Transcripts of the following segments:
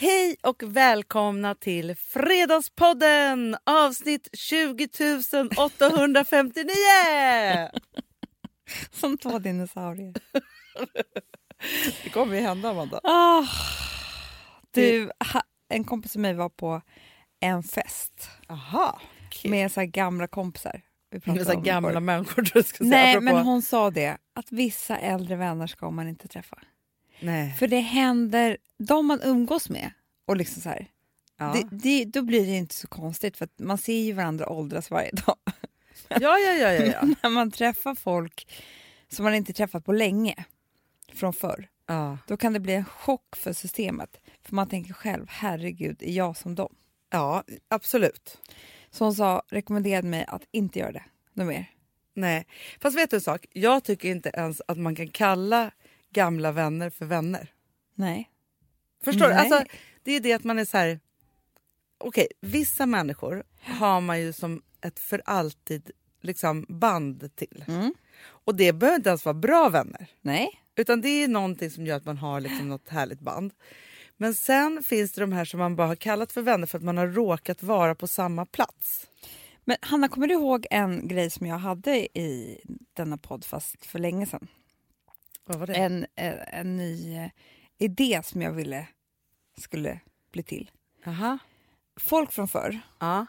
Hej och välkomna till Fredagspodden, avsnitt 20 859! Som 2 dinosaurier. Det kommer ju hända, Amanda. Du, en kompis med mig var på en fest. Aha, kul. Med så här gamla kompisar. Med så här gamla människor, du ska säga. Nej, apropå. men hon sa det. Att vissa äldre vänner ska man inte träffa. Nej. För det händer, de man umgås med. Och liksom så här. Ja. Då blir det inte så konstigt. För att man ser ju varandra åldras varje dag. Ja. När man träffar folk som man inte träffat på länge. Från förr. Ja. Då kan det bli en chock för systemet. För man tänker själv, herregud, är jag som dem? Ja, absolut. Så hon rekommenderade mig att inte göra det. Något mer. Nej, fast vet du en sak? Jag tycker inte ens att man kan kalla gamla vänner för vänner. Nej. Förstår du? Nej. Alltså, det är det att man är så här. Okej, vissa människor har man ju som ett för alltid liksom band till. Mm. Och det behöver inte ens vara bra vänner. Nej. Utan det är någonting som gör att man har liksom något härligt band. Men sen finns det de här som man bara har kallat för vänner för att man har råkat vara på samma plats. Men Hanna, kommer du ihåg en grej som jag hade i denna podd fast för länge sedan? Vad var det? En ny idé som jag ville skulle bli till. Aha. Folk från förr Ja.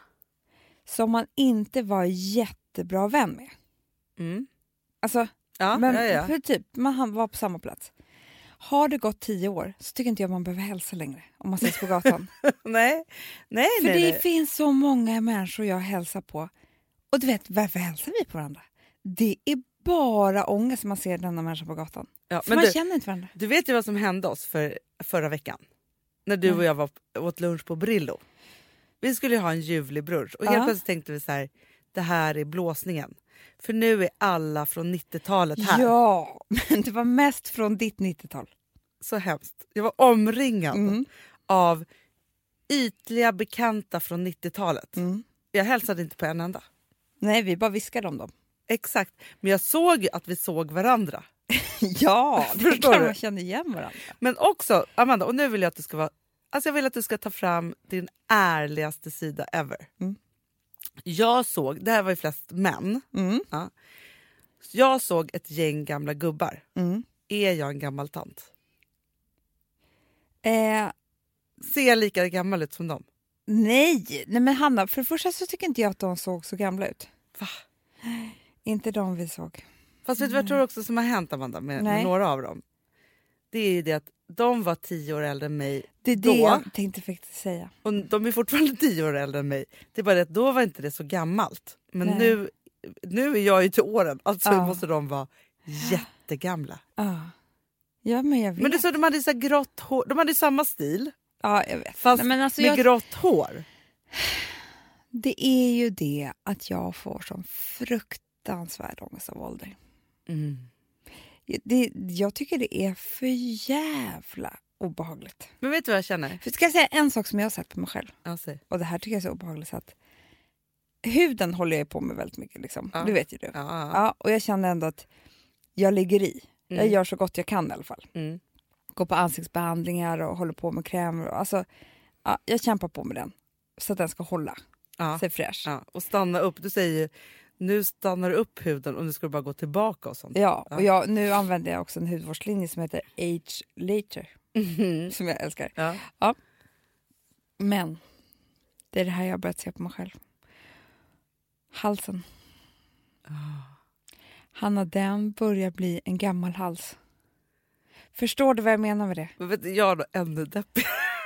som man inte var jättebra vän med. Mm. Alltså, Ja, men ja. för typ, man var på samma plats. Har det gått 10 år så tycker inte jag man behöver hälsa längre om man ses på gatan. Nej. För det finns så många människor jag hälsar på. Och du vet, varför hälsar vi på varandra? Det är bara ångest man ser denna människa på gatan. Ja, för men man känner inte varandra. Du vet ju vad som hände oss förra veckan. När du och jag åt lunch på Brillo. Vi skulle ju ha en ljuvlig brunch. Och helt plötsligt tänkte vi så här, det här är blåsningen. För nu är alla från 90-talet här. Ja, men det var mest från ditt 90-tal. Så hemskt. Jag var omringad av ytliga bekanta från 90-talet. Mm. Jag hälsade inte på en enda. Nej, vi bara viskade om dem. Exakt. Men jag såg ju att vi såg varandra. Ja, det Förstår kan du? man känna igen varandra. Men också, Amanda, och nu vill jag att du ska vara... Alltså jag vill att du ska ta fram din ärligaste sida ever. Mm. Jag såg, det här var ju flest män. Mm. Ja. Jag såg ett gäng gamla gubbar. Mm. Är jag en gammal tant? Nej, Ser jag lika gammal ut som dem? men Hanna, för det första så tycker inte jag att de såg så gamla ut. Va? Inte de vi såg. Fast vet du vad jag tror också som har hänt, Amanda, med några av dem? Det är ju det att de var 10 år äldre än mig. Det är då, det jag tänkte faktiskt säga. Och de är fortfarande 10 år äldre än mig. Det är bara det att då var inte det så gammalt. Men nu är jag ju till åren. Alltså måste de vara jättegamla. Ja, men jag vet. Men du sa de hade så grått hår. De hade samma stil. Ja, jag vet. Fast Nej, men alltså med grått hår. Det är ju det att jag får sån fruktansvärd ångest av ålder. Mm. Jag tycker det är för jävla obehagligt. Men vet du vad jag känner? För ska jag säga en sak som jag har sett på mig själv? Ja, säg. Och det här tycker jag är så obehagligt så att huden håller jag på med väldigt mycket liksom. Ja. Det vet ju du. Ja. Och jag känner ändå att jag ligger i. Jag gör så gott jag kan i alla fall. Mm. Går på ansiktsbehandlingar och håller på med krämer. Alltså, jag kämpar på med den. Så att den ska hålla sig fräsch. Ja. Och stanna upp. Du säger ju, nu stannar du upp huden och nu ska du bara gå tillbaka och sånt. Ja, och nu använder jag också en hudvårdslinje som heter Age Later. Som jag älskar. Ja. Men det är det här jag har börjat se på mig själv. Halsen. Hanna, den börjar bli en gammal hals. Förstår du vad jag menar med det? Men vet du, jag är då ännu deppig.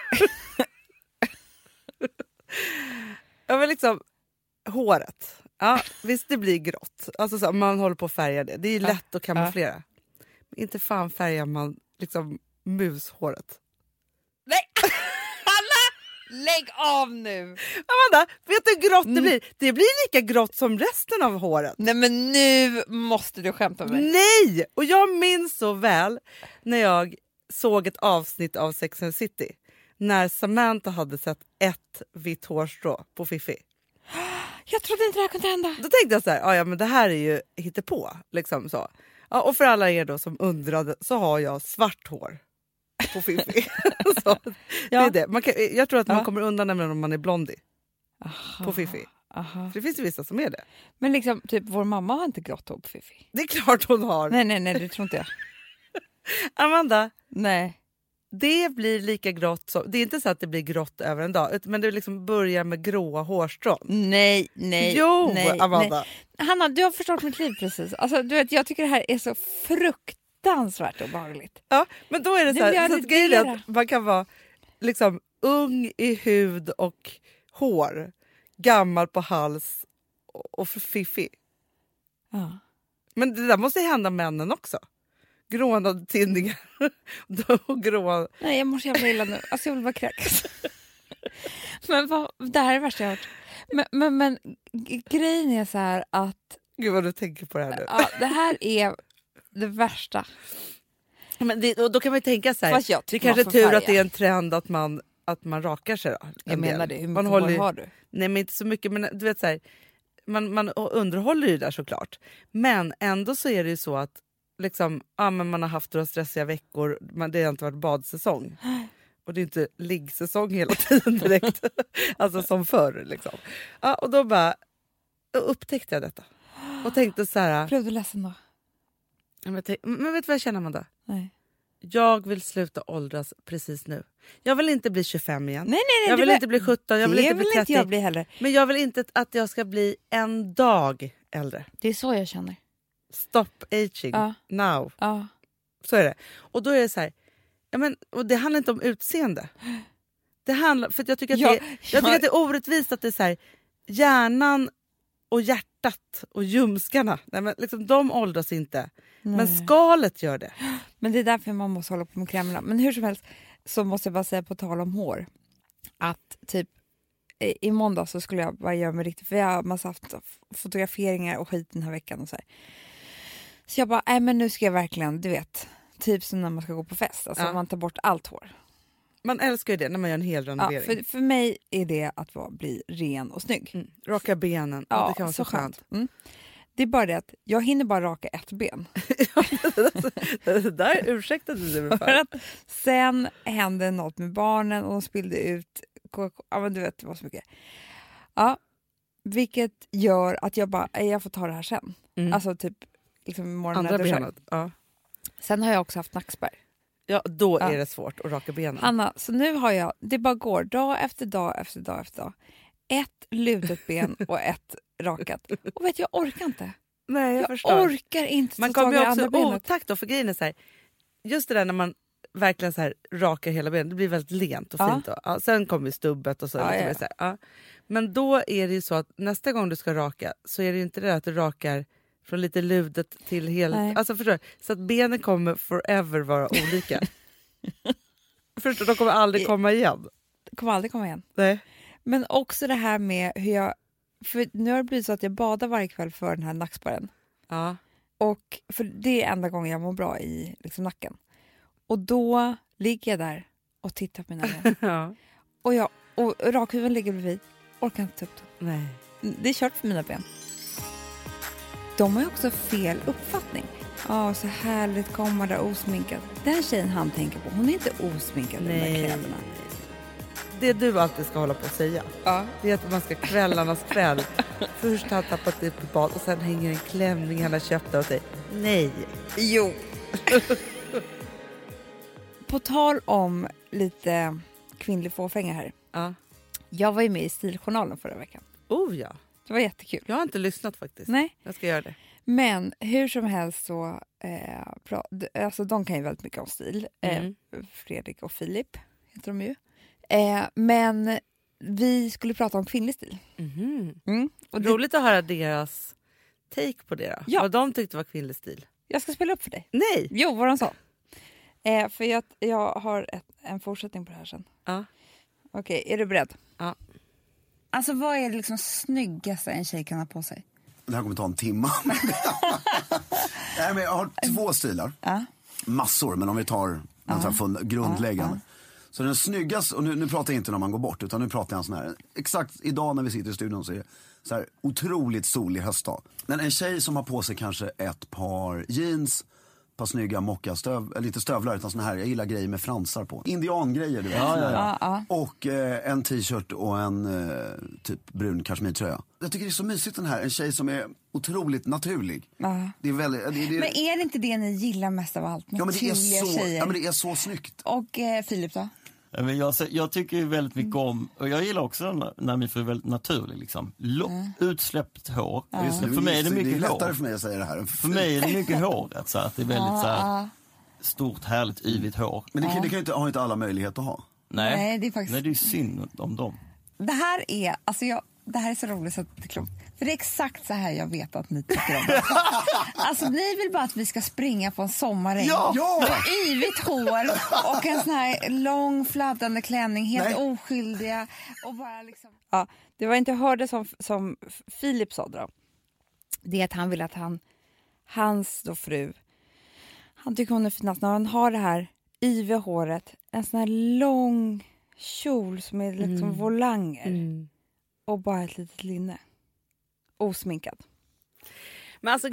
Jag vill liksom håret. Ja, visst det blir grått. Alltså så, man håller på att färga det. Det är lätt att kamouflera. Men inte fan färgar man liksom mushåret. Nej! Hanna! Lägg av nu! Amanda, vet du hur grått det blir? Det blir lika grått som resten av håret. Nej, men nu måste du skämta med mig. Nej! Och jag minns så väl när jag såg ett avsnitt av Sex and the City. När Samantha hade sett ett vitt hårstrå på Fifi. Jag trodde inte det här kunde hända. Då tänkte jag så här, ja men det här är ju hittepå. Liksom så. Ja, och för alla er då som undrade så har jag svart hår. på Fifi. Så, det är det. Jag tror att man kommer undan nämligen om man är blondie. På Fifi. För det finns ju vissa som är det. Men liksom, typ vår mamma har inte grått hår på Fifi. Det är klart hon har. Nej, det tror inte jag. Amanda. Nej. Det blir lika grått som... Det är inte så att det blir grått över en dag. Men det liksom börjar med gråa hårstrån. Nej. Jo, nej, Amanda. Nej. Hanna, du har förstått mitt liv precis. Alltså, du vet, jag tycker det här är så fruktansvärt obehagligt. Ja, men då är det så här... Så att grejen är att man kan vara liksom ung i hud och hår. Gammal på hals och Fifi. Ja. Men det där måste ju hända männen också. Grånade tinningar. Grå... Nej, jag mår så jävla illa nu. Alltså jag vill bara kräkas. Men det här är det värsta jag har hört. Men grejen är så här att... Gud vad du tänker på det här nu. Ja, det här är det värsta. Men och då kan man ju tänka så här. Fast jag det kanske är tur att det är en trend att man rakar sig då. Jag menar det. Hur mycket hår har du? Nej, men inte så mycket. Men du vet så här, man underhåller ju där såklart. Men ändå så är det ju så att liksom, men man har haft några stressiga veckor. Det har inte varit badsäsong. Och det är inte liggsäsong hela tiden direkt. Alltså som förr liksom. Ja, och då upptäckte jag detta. Och tänkte så här. Blev du ledsen då? Men vet du vad jag känner, Amanda? Nej. Jag vill sluta åldras precis nu. Jag vill inte bli 25 igen. Nej, jag vill inte bli 17, jag vill inte bli 30. Inte jag bli heller. Men jag vill inte att jag ska bli en dag äldre. Det är så jag känner. Stop aging now. Ja. Så är det. Och då är det så här, och det handlar inte om utseende. Det handlar, för jag tycker att jag tycker att det är orättvist att det är så här, hjärnan och hjärtat och ljumskarna, liksom, de åldras inte. Nej. Men skalet gör det. Men det är därför man måste hålla på med krämerna. Men hur som helst så måste jag bara säga på tal om hår. Att typ i måndag så skulle jag bara göra mig riktigt... För jag har haft fotograferingar och skit den här veckan och så här. Så jag bara, men nu ska jag verkligen, du vet. Typ som när man ska gå på fest. Alltså man tar bort allt hår. Man älskar ju det när man gör en hel renovering. Ja, för mig är det att bli ren och snygg. Raka benen. Ja, det kan vara så skönt. Det är bara det att jag hinner bara raka ett ben. Det där ursäktade du mig för. Att sen hände något med barnen och de spillde ut. Ja, men du vet, det var så mycket. Ja, vilket gör att jag får ta det här sen. Alltså typ liksom morgonen. Andra benet. Ja. Sen har jag också haft nackspärr. Ja, då är det svårt att raka benen. Hanna, så nu har jag, det bara går dag efter dag efter dag efter dag. Ett lutet ben och ett rakat. Och vet jag orkar inte. Nej, jag förstår. Orkar inte. Man kommer ju också otakt då, för grejen är så här, just det där när man verkligen så här rakar hela benet, det blir väldigt lent och fint. Ja, sen kommer stubbet och så. Så här, Men då är det ju så att nästa gång du ska raka så är det ju inte det att du rakar från lite ludet till hela... Alltså förstår du? Så att benen kommer forever vara olika. Förstår du? De kommer aldrig komma igen. De kommer aldrig komma igen. Nej. Men också det här med hur jag... För nu har det blivit så att jag badar varje kväll för den här nackspärren. Ja. Och för det är enda gången jag mår bra i liksom nacken. Och då ligger jag där och tittar på mina ben. Och rakhuven ligger bredvid. Orkar inte ta upp den. Nej. Det är kört för mina ben. De har ju också fel uppfattning. Så härligt komma där osminkad. Den tjejen han tänker på, hon är inte osminkad med de där kläderna. Det du alltid ska hålla på att säga. Det är att man ska kvällarnas kväll. Först har tappat ut på bad och sen hänger en klänning han har köpt och säger nej. Jo. På tal om lite kvinnlig fåfänga här. Jag var ju med i Stiljournalen förra veckan. Oh ja. Det var jättekul. Jag har inte lyssnat faktiskt. Nej. Jag ska göra det. Men hur som helst så... alltså de kan ju väldigt mycket om stil. Fredrik och Filip heter de ju. Men vi skulle prata om kvinnlig stil. Och roligt att höra deras take på det då. Ja. Vad de tyckte var kvinnlig stil. Jag ska spela upp för dig. Nej! Jo, vad de sa. För jag har en fortsättning på det här sen. Okej, är du beredd? Ja. Alltså vad är det liksom snyggaste en tjej kan ha på sig? Det här kommer ta en timme. Nej, men jag har 2 stilar. Massor, men om vi tar grundläggande. Så den snyggaste, och nu pratar jag inte när man går bort, utan nu pratar jag en sån här. Exakt idag när vi sitter i studion så är det så här otroligt solig höstdag. Men en tjej som har på sig kanske ett par jeans, par snygga lite stövlar utan såna här, jag gillar grejer med fransar på. Indiangrejer, du vet. Och en t-shirt och en typ brun kashmirtröja. Jag tycker det är så mysigt den här, en tjej som är otroligt naturlig. Det är väldigt, men är det inte det ni gillar mest av allt? Ja, men det är så, men det är så snyggt. Och Filip då? Jag tycker ju väldigt mycket om, och jag gillar också när min fru är väldigt naturlig liksom. Utsläppt hår. För mig är det mycket hår. Det är lättare för mig att säga det här. För mig är det mycket hår, så att det är väldigt så här, stort, härligt, yvigt hår. Men det kan ju inte, har inte alla möjlighet att ha. Nej, det är faktiskt... Nej, det är synd om dem. Det här är, det här är så roligt så att det är klokt. För det är exakt så här jag vet att ni tycker om det. Alltså ni vill bara att vi ska springa på en sommaräng. Med yvigt hår och en sån här lång fladdrande klänning, helt oskyldiga. Och bara liksom... Ja, det var inte jag hörde som Filip sa då. Det är att han vill att hans då fru, han tycker hon är finast när han har det här yviga håret, en sån här lång kjol som är lite som volanger. Och bara ett litet linne. Osminkad. Men alltså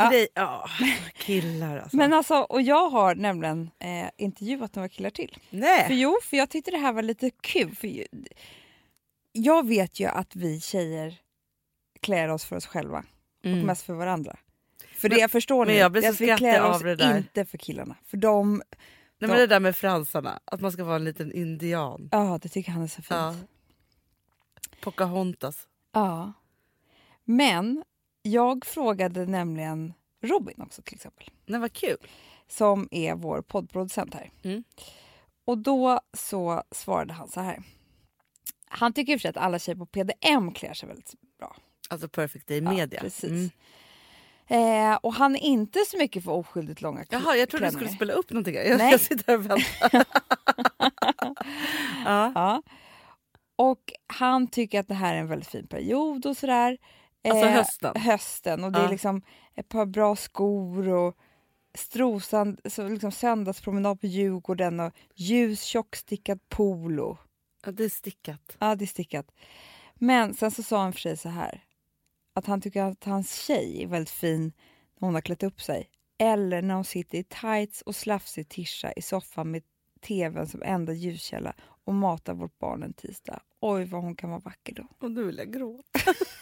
killar alltså. Men alltså, och jag har nämligen intervjuat några killar till. Nej. För jag tyckte det här var lite kul. För jag vet ju att vi tjejer klär oss för oss själva. Och mest för varandra. För det jag förstår nu, jag att vi klär oss inte för killarna. För men det där med fransarna, att man ska vara en liten indian. Ja, det tycker han är så fint. Ja. Pocahontas. Ja. Men jag frågade nämligen Robin också till exempel. Nej, vad kul. Som är vår poddproducent här. Och då så svarade han så här. Han tycker i och för sig att alla tjejer på PDM klär sig väldigt bra. Alltså Perfect Day Media. Ja, precis. Och han är inte så mycket för oskyldigt långa klänningar. Jaha, jag trodde du skulle spela upp någonting. Jag sitter här och väntar. Ja. Och han tycker att det här är en väldigt fin period och sådär. Alltså hösten. Och det är liksom ett par bra skor och strosan, så liksom söndagspromenad på Djurgården och ljus tjockstickad polo. Ja, det är stickat. Ja, det är stickat. Men sen så sa han för sig så här. Att han tycker att hans tjej är väldigt fin när hon har klätt upp sig. Eller när hon sitter i tights och slafsig tisha i soffan med tvn som enda ljuskälla och matar vårt barn en tisdag. Oj, vad hon kan vara vacker då. Och nu vill jag gråta.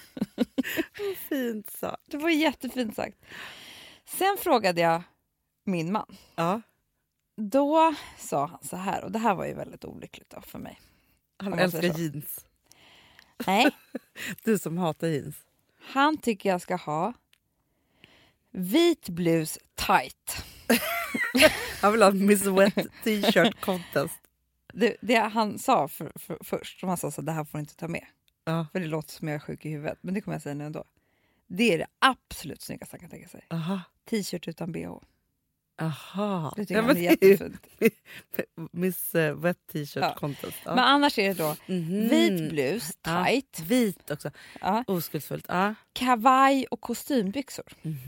Fint sagt. Det var jättefint sagt. Sen frågade jag min man. Ja. Då sa han så här, och det här var ju väldigt olyckligt då för mig. Han älskar jeans. Nej. Du som hatar jeans. Han tycker jag ska ha vit blus tight. Han vill ha Miss Wet t-shirt contest. Det han sa först, som han sa så det här får inte ta med. Ja. För det låter som jag är sjuk i huvudet, men det kommer jag säga nu ändå. Det är det absolut snyggaste han kan tänka sig. Aha. T-shirt utan bh. Aha. Det tycker han är jättefint. Miss Wet t-shirt contest. Ja. Men annars är det då vit blus, tight. Ja, vit också. Ja. Oskuldsfullt. Ja. Kavaj och kostymbyxor.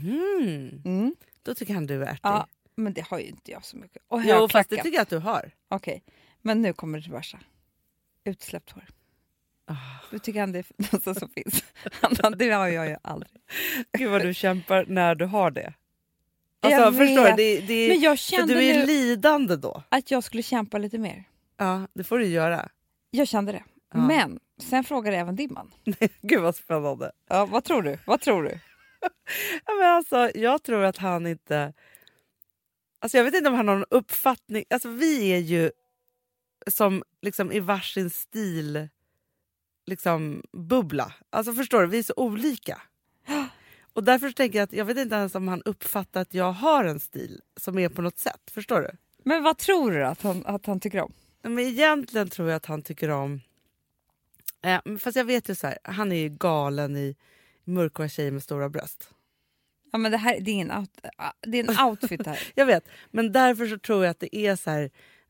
Då tycker han du är ärtig. Ja, men det har ju inte jag så mycket. Och jo, fast det tycker jag att du har. Okej, men nu kommer det till värsta. Utsläppt hår. Du tycker han det är något som finns. Det har jag ju aldrig. Gud vad du kämpar när du har det. Alltså, förstår du? Men jag kände du är lidande då. Att jag skulle kämpa lite mer. Ja, det får du göra. Jag kände det. Ja. Men sen frågade jag även din man. Gud vad spännande. Ja, vad tror du? Ja, men alltså, jag tror att han inte... Alltså, jag vet inte om han har någon uppfattning. Alltså, vi är ju som liksom i varsin stil liksom bubbla. Alltså förstår du, vi är så olika. Och därför tänker jag att jag vet inte ens om han uppfattar att jag har en stil som är på något sätt. Förstår du? Men vad tror du att han tycker om? Men egentligen tror jag att han tycker om... fast jag vet ju så här, han är ju galen i mörka tjejer med stora bröst. Ja, men det är en outfit här. Jag vet, men därför så tror jag att det är så här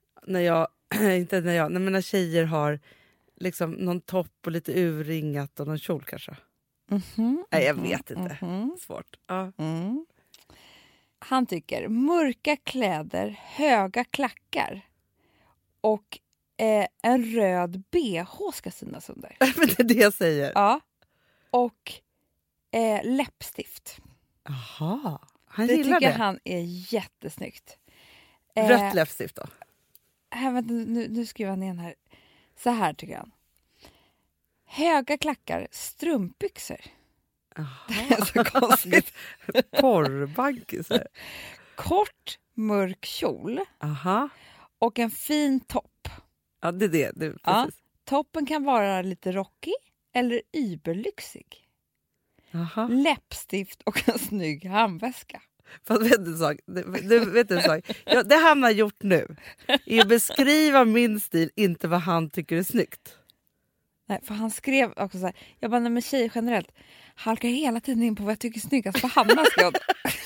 när tjejer har liksom någon topp och lite urringat och någon kjol kanske. Nej, jag vet inte. Svårt. Ja. Han tycker mörka kläder, höga klackar och en röd BH ska synas under. Men det är det jag säger. Ja. Och läppstift. Aha. Han det gillar tycker det. han är jättesnyggt. Rött läppstift då? Nu skriver han ner här. Så här tycker han. Höga klackar, strumpbyxor. Det är så konstigt. Porrbankisar. Kort, mörk kjol. Aha. Och en fin topp. Ja, det är det. Precis. Ja, toppen kan vara lite rockig eller überlyxig. Aha. Läppstift och en snygg handväska. Fast vet du en sak? Det han har gjort nu är att beskriva min stil, inte vad han tycker är snyggt. Nej, för han skrev också så här. Jag bara, nej men tjejer generellt halkar hela tiden in på vad jag tycker är snyggast på Hannas jobb.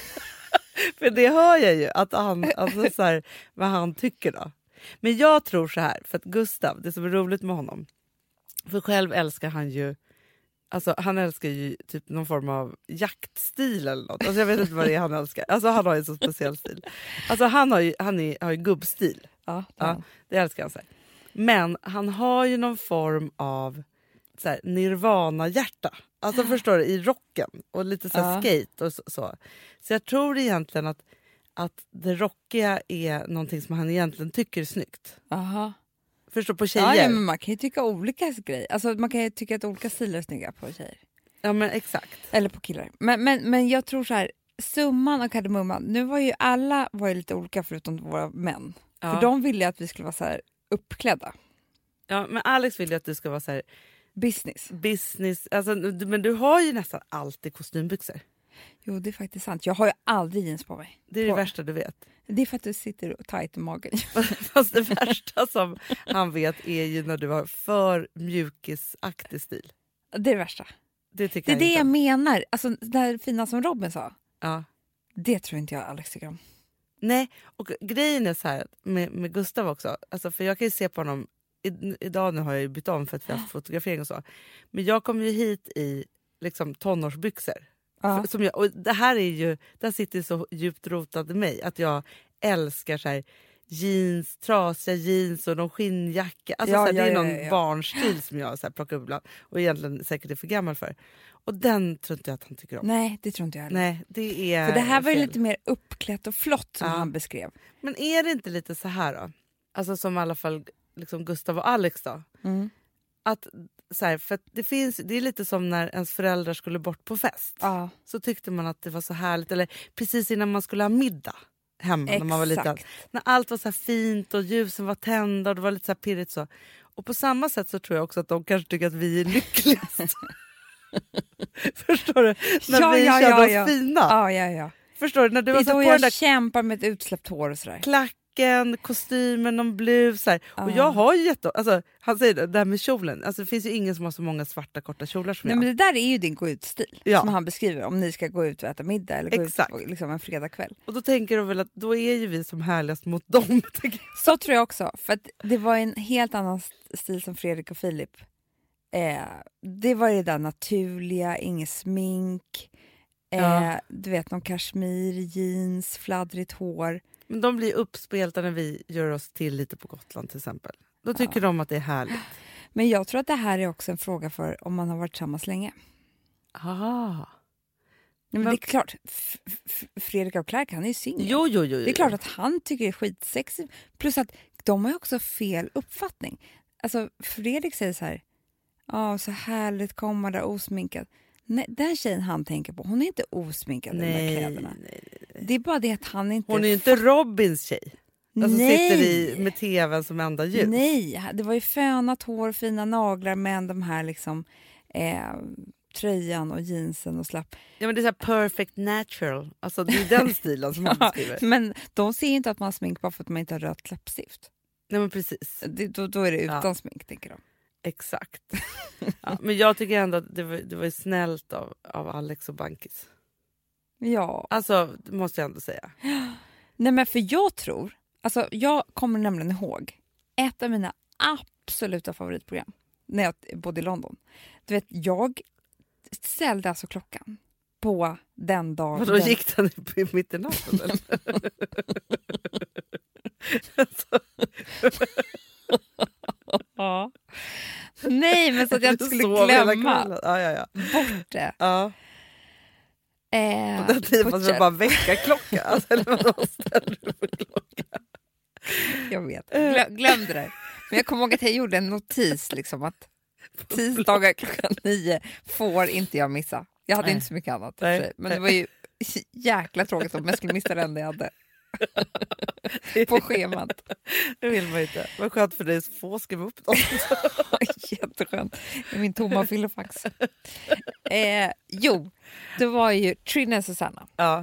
För det hör jag ju, att han, alltså så här, vad han tycker då. Men jag tror så här, för att Gustav, det som är roligt med honom, för själv älskar han ju, alltså han älskar ju typ någon form av jaktstil eller något. Alltså jag vet inte vad det är han älskar. Alltså han har ju en så speciell stil. Alltså han har ju gubbstil. Ja, det älskar han så här. Men han har ju någon form av så här, Nirvana-hjärta. Alltså förstår du, i rocken och lite så här skate och så. Så jag tror egentligen att det rockiga är någonting som han egentligen tycker är snyggt. Aha. Förstår på tjejer? Ja, men man kan ju tycka olika grejer. Alltså man kan ju tycka att olika stilar är snygga på tjejer. Ja men exakt. Eller på killar. Men jag tror så här, summan och kardemumman, nu var ju alla lite olika förutom våra män. Ja. För de ville att vi skulle vara så här uppklädda. Ja, men Alex vill ju att du ska vara så här business. Alltså, men du har ju nästan alltid kostymbyxor. Jo, det är faktiskt sant. Jag har ju aldrig jeans på mig. Det är det värsta du vet. Det är för att du sitter tajt i magen. Fast det värsta som han vet är ju när du har för mjukisaktig stil. Det är det värsta. Det är det jag menar. Alltså det här fina som Robin sa. Ja. Det tror inte jag Alex tycker om. Nej, och grejen är så här med Gustav också. Alltså, för jag kan ju se på honom. Idag nu har jag ju bytt om för att vi har haft fotografering och så. Men jag kom ju hit i liksom tonårsbyxor. Ja. Och det här sitter så djupt rotat i mig att jag älskar så här jeans, trasiga jeans och någon skinnjacka. Alltså, det är någon barnstil som jag så här plockar upp ibland och egentligen säkert är för gammal för. Och den tror inte jag att han tycker om. Nej, det tror inte jag heller. Nej, det är för det här var ju fel. lite mer uppklätt och flott som han beskrev. Men är det inte lite så här då? Alltså som i alla fall liksom Gustav och Alex då. Mm. Att så här, för att det är lite som när ens föräldrar skulle bort på fest. Ja. Så tyckte man att det var så härligt. Eller precis innan man skulle ha middag hemma när man var liten. När allt var så här fint och ljusen var tända och det var lite så här pirrigt så. Och på samma sätt så tror jag också att de kanske tycker att vi är lyckligast. Förstår du? När vi känner oss fina. Ja. Förstår du? När du det är var då på jag den där kämpar med ett utsläppt hår och sådär. klacken, kostymen, någon blus. Så här. Och jag har ju alltså, han säger det här med kjolen. Alltså, det finns ju ingen som har så många svarta korta kjolar som jag. Men det där är ju din gå-ut-stil som han beskriver. Om ni ska gå ut och äta middag eller gå ut på, liksom, en fredagkväll. Och då tänker de väl att då är ju vi som härligast mot dem. Så tror jag också. För att det var en helt annan stil som Fredrik och Filip. Det var det där naturliga, inget smink. Du vet, någon kashmir, jeans, fladdrigt hår. Men de blir uppspelta när vi gör oss till lite på Gotland till exempel. Då tycker de att det är härligt. Men jag tror att det här är också en fråga för om man har varit tillsammans länge. Men det är klart, Fredrik av Clark, han är ju singel. Jo. Det är klart att han tycker det är skitsexigt. Plus att de har ju också fel uppfattning. Alltså Fredrik säger så här, så härligt komma där osminkad. Nej, den tjejen han tänker på, hon är inte osminkad i de där kläderna. Nej. Det är bara det att han inte... Hon är ju inte Robins tjej. Alltså sitter med tvn som enda ljus. Nej, det var ju fönat hår, fina naglar, men de här liksom tröjan och jeansen och slapp. Ja, men det är så här perfect natural. Alltså det är den stilen som han beskriver. Men de ser inte att man har smink bara för att man inte har rött läppstift. Nej, men precis. Då är det utan smink, tänker de. Exakt. Men jag tycker ändå att det var snällt av Alex och Bankis. Ja. Alltså, det måste jag ändå säga. Nej, men för jag tror... Alltså, jag kommer nämligen ihåg ett av mina absoluta favoritprogram när jag bodde i London. Du vet, jag ställde alltså klockan på den dagen... Vadå, gick den mitt i natten? Eller? Ja. Nej, men så att jag inte skulle glömma Ja. bort det. Ja. Och den tiden måste det bara väcka klocka. Alltså, eller vad ställer du för klocka? Jag vet, glömde det där. Men jag kommer ihåg att jag gjorde en notis liksom att tisdagar klockan 9 får inte jag missa. Jag hade inte så mycket annat. Nej. Men det var ju jäkla tråkigt om jag skulle missa det enda jag hade på schemat. Det vill man inte. Vad skönt för dig att få skriva upp dem. Jätteskönt. Det är min tomma fyllefax. Jo, det var ju Trin och Susanna. Ja.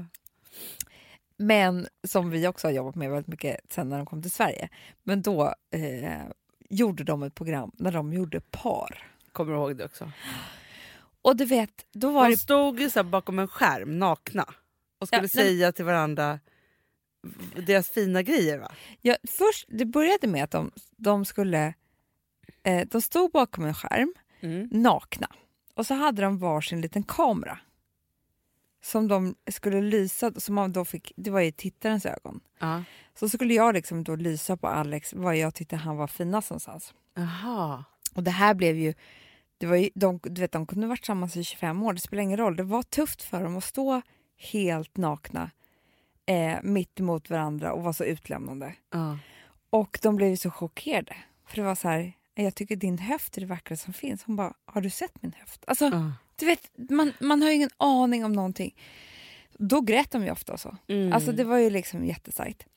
Men som vi också har jobbat med väldigt mycket sen när de kom till Sverige. Men då gjorde de ett program när de gjorde par. Kommer du ihåg det också? Och du vet, då var de stod ju så här bakom en skärm, nakna. Och skulle säga till varandra deras fina grejer, va? Ja, först, det började med att de skulle... de stod bakom en skärm, nakna. Och så hade de varsin liten kamera. Som de skulle lysa, som man då fick, det var ju tittarens ögon. Så skulle jag liksom då lysa på Alex vad jag tyckte han var finast någonstans. Aha. Och det här blev ju, det var ju du vet, de kunde ha varit tillsammans i 25 år, det spelar ingen roll. Det var tufft för dem att stå helt nakna mitt emot varandra och vara så utlämnande. Och de blev ju så chockerade. För det var så här, jag tycker din höft är det vackraste som finns. Hon bara, har du sett min höft? Alltså, du vet, man har ju ingen aning om någonting. Då grät de ju ofta så. Alltså det var ju liksom jättesajt.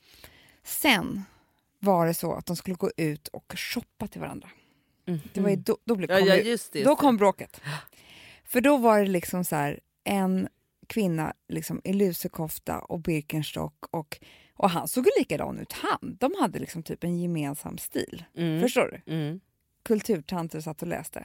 Sen var det så att de skulle gå ut och shoppa till varandra. Det var ju då kom bråket. För då var det liksom så här, en kvinna liksom i lusekofta och Birkenstock och han såg ju likadan ut. De hade liksom typ en gemensam stil. Förstår du? Kulturtanter satt och läste.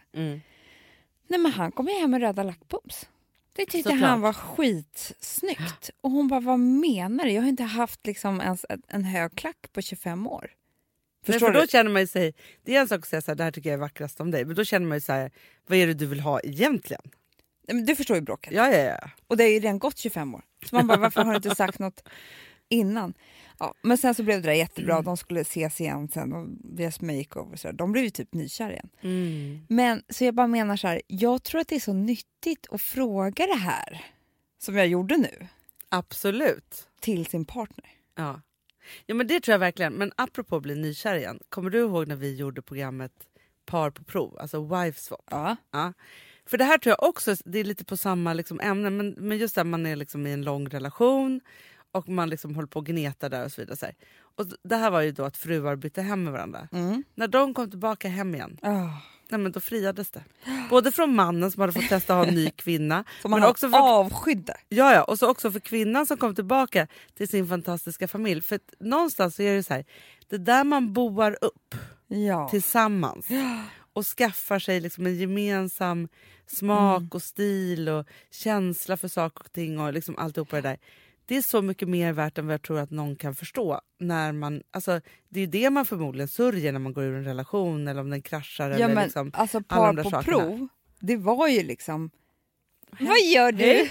Nej, men han kom hem med röda lackpumps. Det tyckte han var skitsnyggt. Och hon bara, vad menar du? Jag har inte haft liksom ens en hög klack på 25 år. Förstår du? Då känner man ju sig, det är en sak att säga så här, det här tycker jag är vackrast om dig. Men då känner man ju så här, vad är det du vill ha egentligen? Men du förstår ju bråket. Ja. Och det är ju redan gått 25 år. Så man bara, varför har du inte sagt något innan? Ja, men sen så blev det där jättebra. De skulle ses igen sen och deras makeover så där. De blev ju typ nykär igen. Men så jag bara menar så här, jag tror att det är så nyttigt att fråga det här som jag gjorde nu. Absolut. Till sin partner. Ja, men det tror jag verkligen. Men apropå bli nykär igen. Kommer du ihåg när vi gjorde programmet Par på prov? Alltså wife swap. Ja. För det här tror jag också, det är lite på samma liksom ämne. Men just där man är liksom i en lång relation. Och man liksom håller på att gneta där och så vidare. Så här. Och det här var ju då att fruar bytte hem med varandra. När de kom tillbaka hem igen. Nej, men då friades det. Både från mannen som hade fått testa att ha en ny kvinna. Som man också avskydde. Ja, och så också för kvinnan som kom tillbaka till sin fantastiska familj. För att någonstans så är det så här. Det där man boar upp tillsammans. Och skaffar sig liksom en gemensam smak och stil och känsla för saker och ting. Och liksom alltihopa det där. Det är så mycket mer värt än vad jag tror att någon kan förstå. När man, alltså, det är det man förmodligen sörjer när man går ur en relation eller om den kraschar. Ja, eller men liksom, alltså par på prov, det var ju liksom... Vad gör du?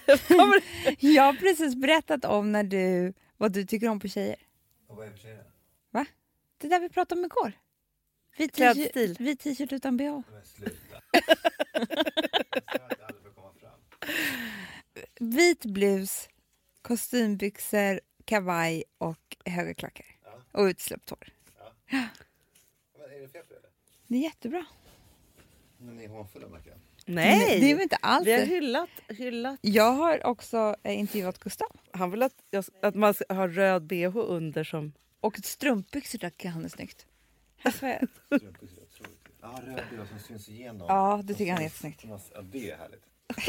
Jag har precis berättat om vad du tycker om på tjejer. Och vad är för tjejer? Va? Det där vi pratade om igår. Vit t-shirt utan bh. Men sluta. Vit blus, kostymbyxor, kavaj och höga klackar. Och utsläppt hår. Men är det fel för det? Det är jättebra. Men ni är hånfulla, märker jag. Nej, det är inte alls. Vi har hyllat. Jag har också intervjuat Gustav. Han vill att man ska ha röd bh under som... Och strumpbyxor tycker han är snyggt. Ja, röd bh som syns igenom. Ja, det tycker han är jättesnyggt. Ja, det är härligt.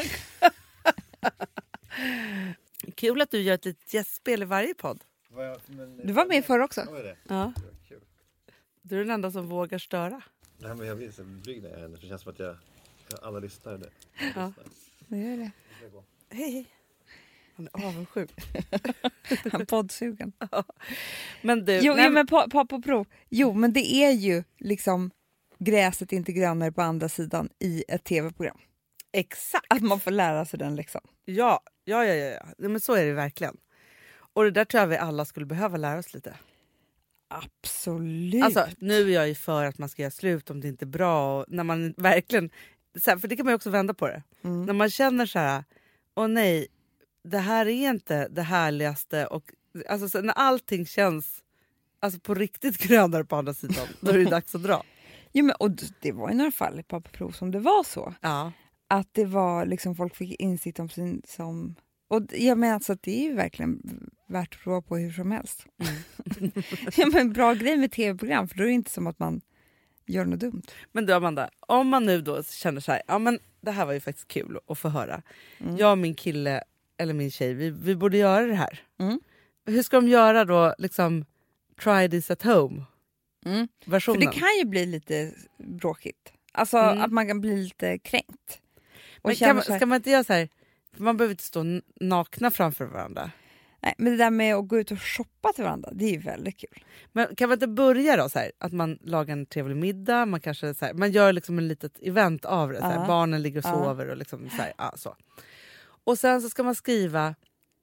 Kul att du gör ett litet gästspel i varje podd. Du var med förr också. Ja. Du är den enda som vågar störa. Nej, men jag blir så blyg när jag händer. För det känns som att jag alla lyssnar där. Ja, det gör det. Hej. Han är avundsjuk. Han är poddsugen. Ja. Men du... Jo, men på prov. Jo, men det är ju liksom gräset inte grönare på andra sidan i ett tv-program. Exakt. Att man får lära sig den liksom. Ja. Men så är det verkligen. Och det där tror jag vi alla skulle behöva lära oss lite. Absolut. Alltså, nu är jag ju för att man ska göra slut om det inte är bra. Och när man verkligen... För det kan man ju också vända på det. När man känner så här... Åh nej, det här är inte det härligaste. Och, alltså, så när allting känns alltså, på riktigt grönare på andra sidan, då är det dags att dra. Jo, men, och det var i några fall på prov som det var så. Ja. Att det var liksom folk fick insikt om sin... Som, och jag menar alltså att det är ju verkligen värt att prova på hur som helst. Ja, men bra grej med tv-program, för då är det inte som att man gör något dumt. Men du Amanda, om man nu då känner så här, ja men det här var ju faktiskt kul att få höra. Jag och min kille eller min tjej, vi borde göra det här. Hur ska de göra då, liksom try this at home versionen? För det kan ju bli lite bråkigt. Alltså att man kan bli lite kränkt. Och men ska man inte göra så här, man behöver inte stå nakna framför varandra. Nej, men det där med att gå ut och shoppa till varandra, det är ju väldigt kul. Men kan man inte börja då så här, att man lagar en trevlig middag, man kanske så här, man gör liksom en litet event av det, så här, barnen ligger och sover och liksom så här, så. Och sen så ska man skriva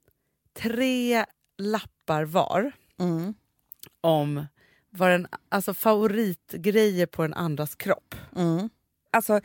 3 lappar var om vad alltså favoritgrejer på den andras kropp. Alltså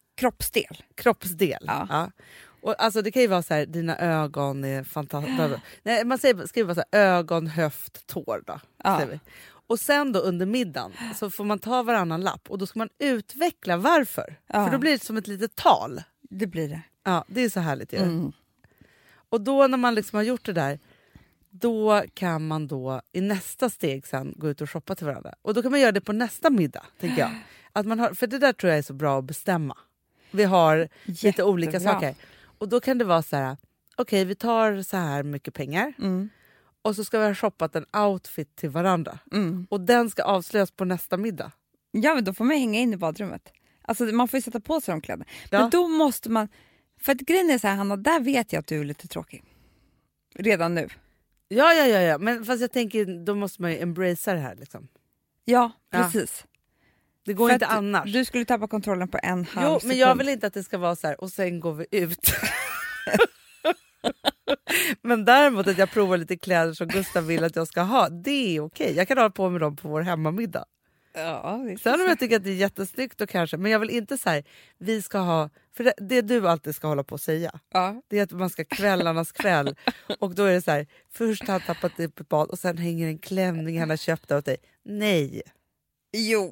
kroppsdel. Ja. Och alltså det kan ju vara så här, dina ögon är fantastiska. Nej, man skriver bara så här, ögon, höft, tår då. Och sen då under middagen så får man ta varannan lapp och då ska man utveckla varför. För då blir det som ett litet tal. Det blir det. Ja, det är så härligt ju. Och då när man liksom har gjort det där, då kan man då i nästa steg sen gå ut och shoppa till varandra. Och då kan man göra det på nästa middag, tänker jag. Att man har, för det där tror jag är så bra att bestämma. Vi har lite olika saker. Och då kan det vara så här, okej, vi tar så här mycket pengar. Och så ska vi ha shoppat en outfit till varandra. Och den ska avslöjas på nästa middag. Ja, men då får man hänga in i badrummet. Alltså man får ju sätta på sig de kläderna. Men då måste man... För att grejen är så här, Hanna, där vet jag att du är lite tråkig. Redan nu. Ja. Men fast jag tänker, då måste man ju embracea det här liksom. Ja, precis. Det går för inte annars. Du skulle tappa kontrollen på en halv sekund. Men jag vill inte att det ska vara så här och sen går vi ut. Men däremot att jag provar lite kläder som Gustav vill att jag ska ha, det är okej. Jag kan hålla på med dem på vår hemmamiddag. Ja, sen om jag tycker att det är jättesnyggt då kanske, men jag vill inte så här, vi ska ha, för det du alltid ska hålla på att säga, det är att man ska kvällarnas kväll och då är det så här, först har han tappat upp ett bad och sen hänger en klänning han har köpt åt dig. Nej. Jo.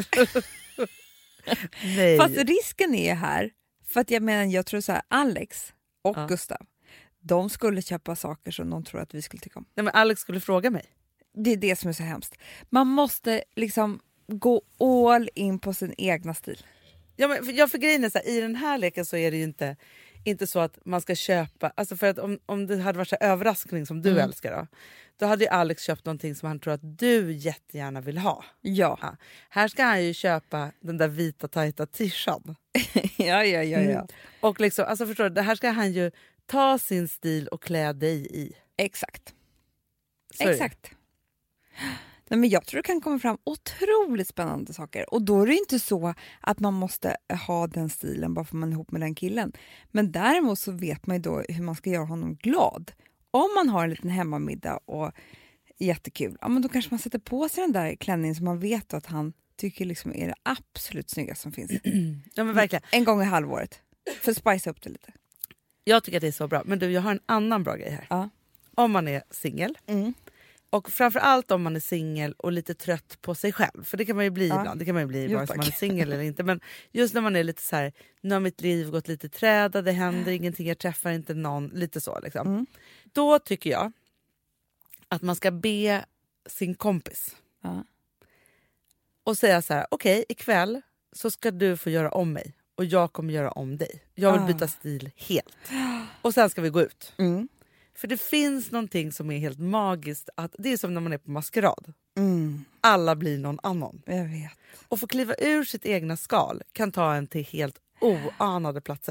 Nej. Fast risken är här, för att jag tror så här, Alex och Gustav, de skulle köpa saker som de tror att vi skulle tycka om. Nej, men Alex skulle fråga mig. Det är det som är så hemskt. Man måste liksom gå all in på sin egna stil. Ja, men för grejen är så här, i den här leken så är det ju inte så att man ska köpa, alltså för att om det hade varit så överraskning som du älskar då hade ju Alex köpt någonting som han tror att du jättegärna vill ha. Ja. Här ska han ju köpa den där vita tajta tishan. Ja. Och liksom, alltså förstår du, det här ska han ju ta sin stil och klä dig i. Exakt. Sorry. Exakt. Nej, men jag tror det kan komma fram otroligt spännande saker. Och då är det inte så att man måste ha den stilen bara för man är ihop med den killen. Men däremot så vet man ju då hur man ska göra honom glad. Om man har en liten hemmamiddag och jättekul, ja, men då kanske man sätter på sig den där klänningen som man vet att han tycker liksom är det absolut snyggaste som finns. Ja, men verkligen. En gång i halvåret. För att spice upp det lite. Jag tycker att det är så bra. Men du, jag har en annan bra grej här. Ja. Om man är singel. Och framförallt om man är singel och lite trött på sig själv. För det kan man ju bli ibland. Det kan man ju bli vare sig man är singel eller inte. Men just när man är lite så här, nu har mitt liv gått lite träda, det händer ingenting, jag träffar inte någon, lite så liksom. Då tycker jag att man ska be sin kompis. Och säga så här, okej, ikväll så ska du få göra om mig. Och jag kommer göra om dig. Jag vill byta stil helt. Och sen ska vi gå ut. För det finns någonting som är helt magiskt. Att det är som när man är på maskerad. Alla blir någon annan. Jag vet. Och få kliva ur sitt egna skal kan ta en till helt oanade platser.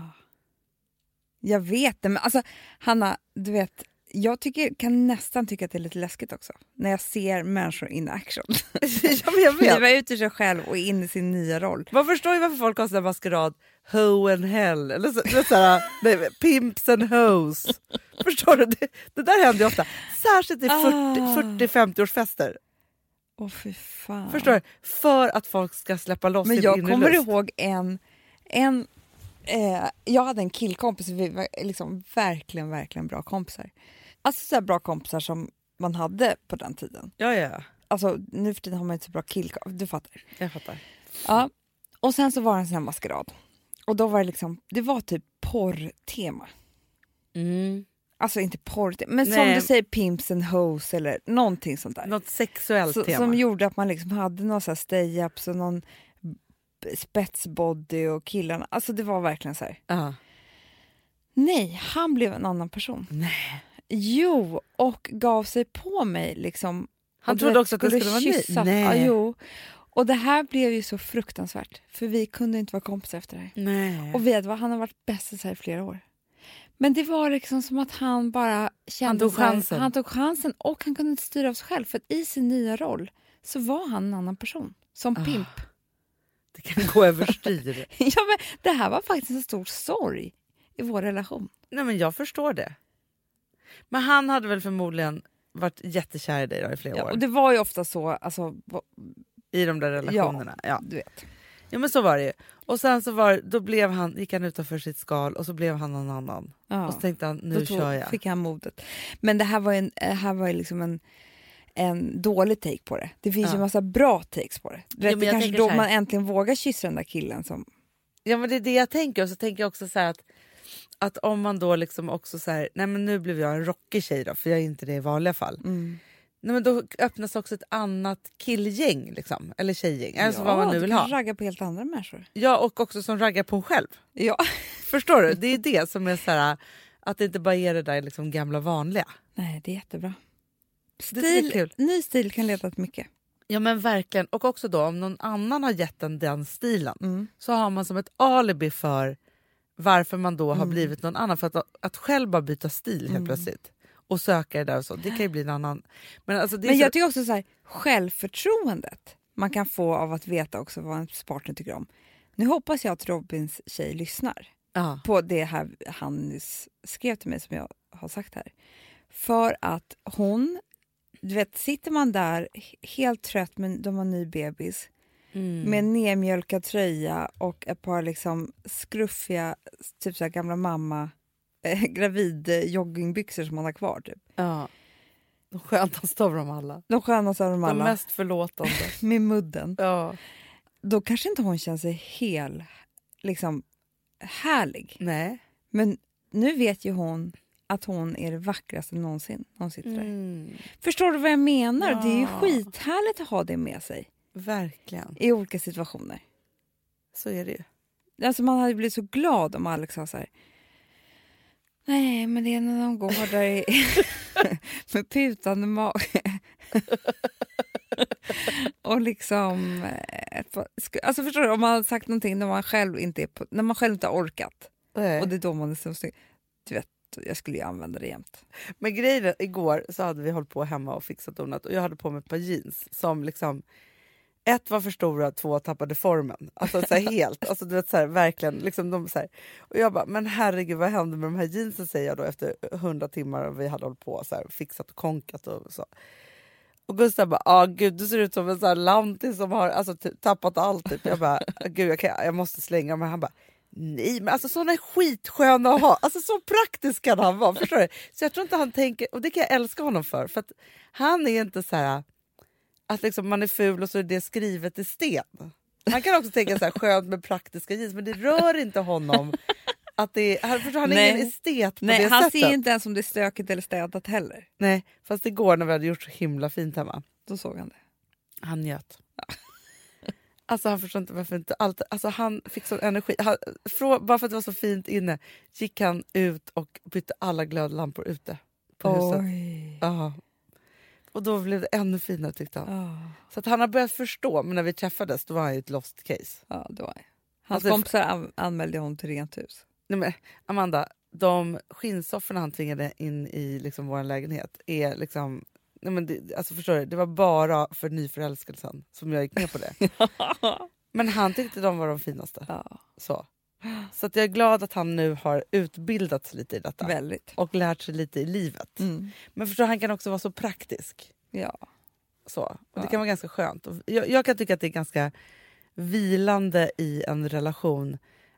Jag vet det. Men alltså, Hanna, du vet, jag kan nästan tycka att det är lite läskigt också. När jag ser människor in action. Ja, men jag vet. Kliva ut ur sig själv och in i sin nya roll. Man förstår ju varför folk har sån maskerad. Ho and hell. Eller så, pimps and hoes. Förstår du? Det där händer ju ofta. Särskilt i 40-50-årsfester. Åh, fy fan. Förstår du? För att folk ska släppa loss sin inre lust. Men jag kommer ihåg en Jag hade en killkompis, vi var liksom verkligen bra kompisar. Alltså så här bra kompisar som man hade på den tiden. Ja. Alltså nu för tiden har man inte så bra killkompis, du fattar. Jag fattar. Ja, och sen så var det en sån här maskerad. Och då var det liksom, det var typ porrtema. Alltså inte porr, men som du säger pimps and hoes eller någonting sånt där. Något sexuellt tema. Som gjorde att man liksom hade någon så här stay-ups och någon spetsbody och killarna. Alltså det var verkligen så här. Nej, han blev en annan person. Nej. Jo, och gav sig på mig liksom. Han trodde också att det skulle vara kyssa. Nej. Ja, jo. Och det här blev ju så fruktansvärt. För vi kunde inte vara kompisar efter det här. Nej. Och vet vad, han har varit bästis här i flera år. Men det var liksom som att han bara kände han tog chansen och han kunde inte styra av sig själv. För att i sin nya roll så var han en annan person. Som pimp. Det kan gå överstyr. Ja, men det här var faktiskt en stor sorg i vår relation. Nej, men jag förstår det. Men han hade väl förmodligen varit jättekär i dig då i flera år. Och det var ju ofta så. Alltså, i de där relationerna. Ja, du vet. Ja, men så var det ju. Och sen så gick han utanför sitt skal och så blev han någon annan. Och så tänkte han, nu kör jag. Fick han modet. Men det här var ju liksom en dålig take på det. Det finns ju en massa bra takes på det. Det är kanske då man äntligen vågar kyssa den där killen som... Ja, men det är det jag tänker. Och så tänker jag också så här att om man då liksom också så här, nej men nu blev jag en rockig tjej då, för jag är inte det i vanliga fall. Nej, men då öppnas också ett annat killgäng liksom, eller tjejgäng, alltså vad man nu vill ha. Ja, ragga på helt andra människor. Ja, och också som raggar på en själv. Ja. Förstår du? Det är det som är så här, att det inte bara är det där liksom gamla vanliga. Nej, det är jättebra. Ny stil kan leda till mycket. Ja, men verkligen. Och också då om någon annan har gett den stilen så har man som ett alibi för varför man då har blivit någon annan. För att själv bara byta stil helt plötsligt och söka det där och så. Det kan ju bli en annan. Men, alltså, det är jag tycker också så här, självförtroendet man kan få av att veta också vad en partner tycker om. Nu hoppas jag att Robins tjej lyssnar på det här han skrev till mig som jag har sagt här. För att hon, du vet, sitter man där helt trött, men de har ny bebis med en nedmjölkad tröja och ett par liksom skruffiga typ så här gamla mamma gravid joggingbyxor som man har kvar typ. Ja. De skönaste av dem alla. De mest förlåtande. Med mudden. Ja. Då kanske inte hon känner sig liksom härlig. Nej. Men nu vet ju hon att hon är det vackraste någonsin. Hon sitter där. Förstår du vad jag menar? Ja. Det är ju skithärligt att ha det med sig. Verkligen. I olika situationer. Så är det ju. Alltså man hade blivit så glad om Alex sa så här: nej, men det är när de går där med putande mage. Och liksom alltså förstår du, om man har sagt någonting när man själv inte har orkat. Nej. Och det är då man är så snygg. Du vet, jag skulle ju använda det jämt. Men grejen, igår så hade vi hållit på hemma och fixat donat och jag hade på mig ett par jeans som liksom, ett var för stora, två tappade formen. Alltså så här helt, alltså du vet så här, verkligen liksom de så här. Och jag bara, men herregud, vad hände med de här jeansen, säger jag då efter 100 timmar och vi hade hållit på så här, fixat och konkat och så. Och Gustav bara, gud, du ser ut som en sån här lantis som har alltså tappat allt typ. Jag bara, gud, jag måste slänga. Men han bara, nej, men alltså såna är skitsköna att ha. Alltså så praktisk kan han vara, förstår du? Så jag tror inte han tänker, och det kan jag älska honom för att han är inte så här att liksom man är ful och så är det skrivet i sten. Han kan också tänka så här, skönt med praktiska jeans, men det rör inte honom. Att han är ingen estet på det sättet. Han ser inte ens om det är stökigt eller städat heller. Nej, fast igår när vi hade gjort så himla fint hemma, då såg han det. Han njöt. Ja. Alltså han förstår inte varför inte allt. Alltså han fick sån energi. Bara för att det var så fint inne gick han ut och bytte alla glödlampor ute på huset. Ja. Och då blev det ännu finare, tyckte han. Så att han har börjat förstå, men när vi träffades då var han ju ett lost case. Ja, det var jag. Hans kompisar anmälde honom till rent hus. Nej, men Amanda, de skinnsofforna han tvingade in i liksom vår lägenhet är liksom, nej men alltså förstår du, det var bara för nyförälskelsen som jag gick med på det. Men han tyckte de var de finaste. Ja. Så att jag är glad att han nu har utbildats lite i detta. Väldigt. Och lärt sig lite i livet. Men förstår, han kan också vara så praktisk. Ja. Så. Och det kan vara ganska skönt. Och jag kan tycka att det är ganska vilande i en relation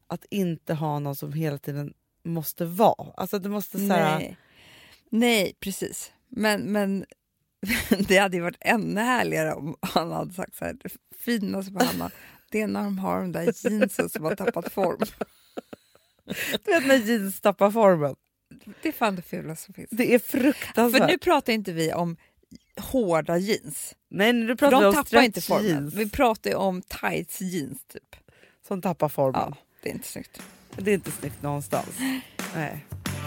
att inte ha någon som hela tiden måste vara. Alltså det måste såhär... Nej, precis. Men det hade ju varit ännu härligare om han hade sagt så här: det finaste på Hanna, det är när de har de där jeansen som har tappat form. Du vet när jeans tappar formen. Det är fan det fulaste som finns. Det är fruktansvärt. För nu pratar inte vi om hårda jeans. Nej, nu pratar vi om tappar inte formen. jeans. Vi pratar ju om tights jeans typ. Som tappar formen. Ja, det är inte snyggt. Det är inte snyggt någonstans. Nej.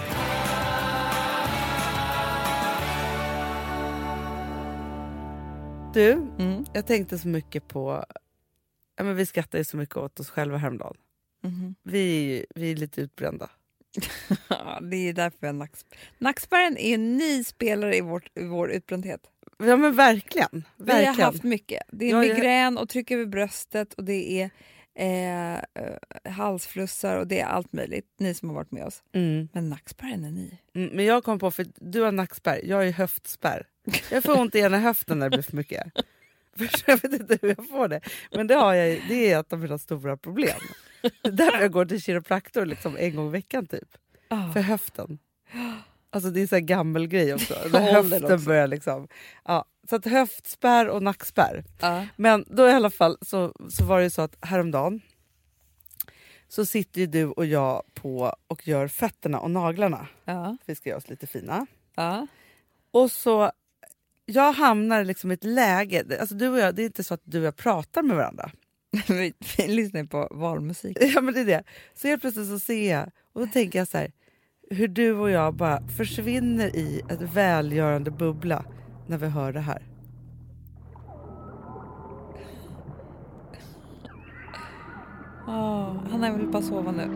Du, jag tänkte så mycket på... Ja, men vi skrattar ju så mycket åt oss själva häromdagen. Vi är lite utbrända. Ja, det är därför jag har nackspärren är en ny spelare i vår utbrändhet. Ja men verkligen. Vi har haft mycket. Det är migrän och tryck över bröstet och det är halsflussar och det är allt möjligt. Ni som har varit med oss. Men nackspärren är ny. Men jag kom på, för du har nackspärr, jag är höftspärr. Jag får ont i ena höften när det blir för mycket. För jag vet inte hur jag får det. Men det har jag, det är ett av mina stora problem. Där jag går till kiropraktor liksom en gång i veckan typ. För höften. Alltså det är så här gammal grej också. Höften börjar liksom. Ja, så att höftspärr och nackspärr. Men då i alla fall så var det ju så att häromdagen så sitter ju du och jag på och gör fötterna och naglarna. Vi ska göra oss lite fina. Och så jag hamnar liksom i ett läge, alltså du och jag, det är inte så att du och jag pratar med varandra. Vi lyssnar på valmusik. Ja men det är det. Så helt plötsligt så ser jag, och då tänker jag så här, hur du och jag bara försvinner i ett välgörande bubbla när vi hör det här. Han vill bara sova nu.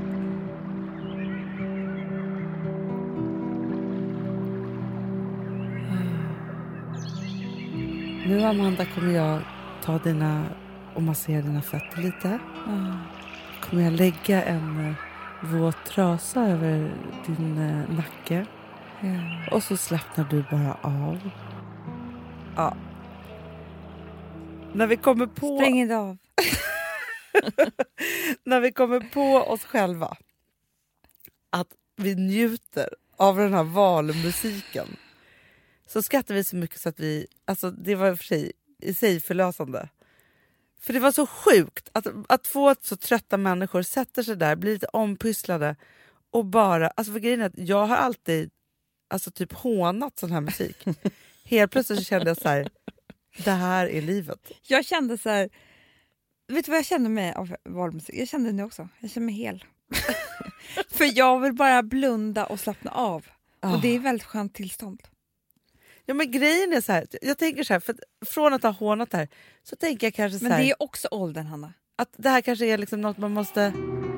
Nu Amanda kommer jag ta dina och massera dina fötter lite. Kommer jag lägga en våt trasa över din nacke. Och så slappnar du bara av. Ja. När vi kommer på... Stäng inte av. När vi kommer på oss själva att vi njuter av den här valmusiken, så skrattar vi så mycket så att vi... Alltså det var i sig förlösande. För det var så sjukt att få så trötta människor sätter sig där, blir lite ompysslade och bara... Alltså för grejen är att jag har alltid alltså typ hånat sån här musik. Helt plötsligt så kände jag så här, det här är livet. Jag kände så här... Vet du vad jag kände mig av valmusik? Jag kände det nu också. Jag kände mig hel. För jag vill bara blunda och slappna av. Och det är väldigt skönt tillstånd. Ja men grejen är så här, jag tänker så här, för från att ha hånat det här så tänker jag kanske så här. Men det är också åldern, Hanna. Att det här kanske är liksom något man måste...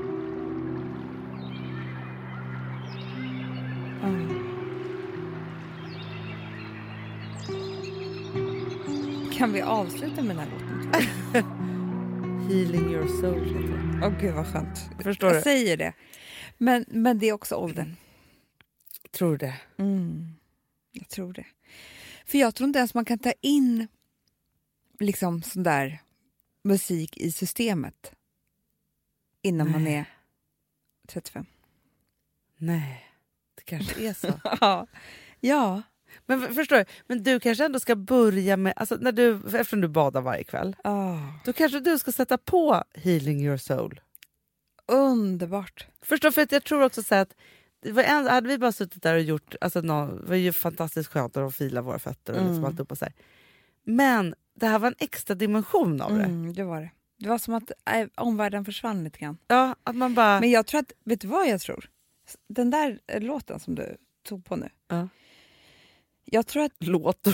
Kan vi avsluta med den här låten? Healing your soul. Gud vad skönt. Förstår du? Jag säger det. Men det är också åldern. Tror du det? Jag tror det. För jag tror inte ens man kan ta in liksom sån där musik i systemet innan man är 35. Nej, det kanske är så. Ja. Men förstår du, men du kanske ändå ska börja med, alltså när du, eftersom du badar varje kväll, då kanske du ska sätta på Healing your soul. Underbart. Förstår, för att jag tror också så här att hade vi bara suttit där och gjort, alltså det var ju fantastiskt skönt att fila våra fötter och liksom allt upp och så här. Men det här var en extra dimension av det. Det var det. Det var som att omvärlden försvann lite grann. Ja, att man bara... Men jag tror att, vet du vad jag tror? Den där låten som du tog på nu. Ja. Jag tror att... Låt.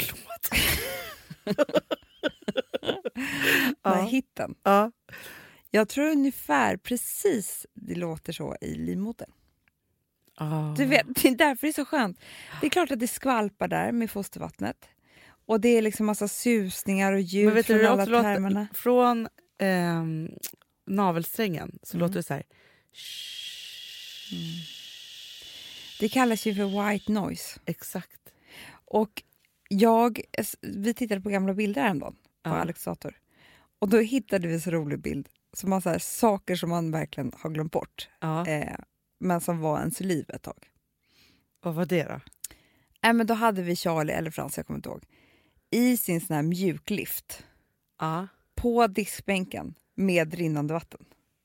Den här hitten. Ja. Jag tror ungefär precis det låter så i livmodern. Du vet, det är därför det är så skönt. Det är klart att det skvalpar där med fostervattnet. Och det är liksom massa susningar och ljud från alla termerna. Från navelsträngen så låter det så här. Det kallas ju för white noise. Exakt. Och vi tittade på gamla bilder häromdagen på Alex dator. Och då hittade vi en så rolig bild som har så här, saker som man verkligen har glömt bort. Ja. Men som var ens liv ett tag. Vad var det då? Men då hade vi Charlie, eller Frans, jag kommer inte ihåg, i sin sån här mjuklift. Ja. På diskbänken med rinnande vatten.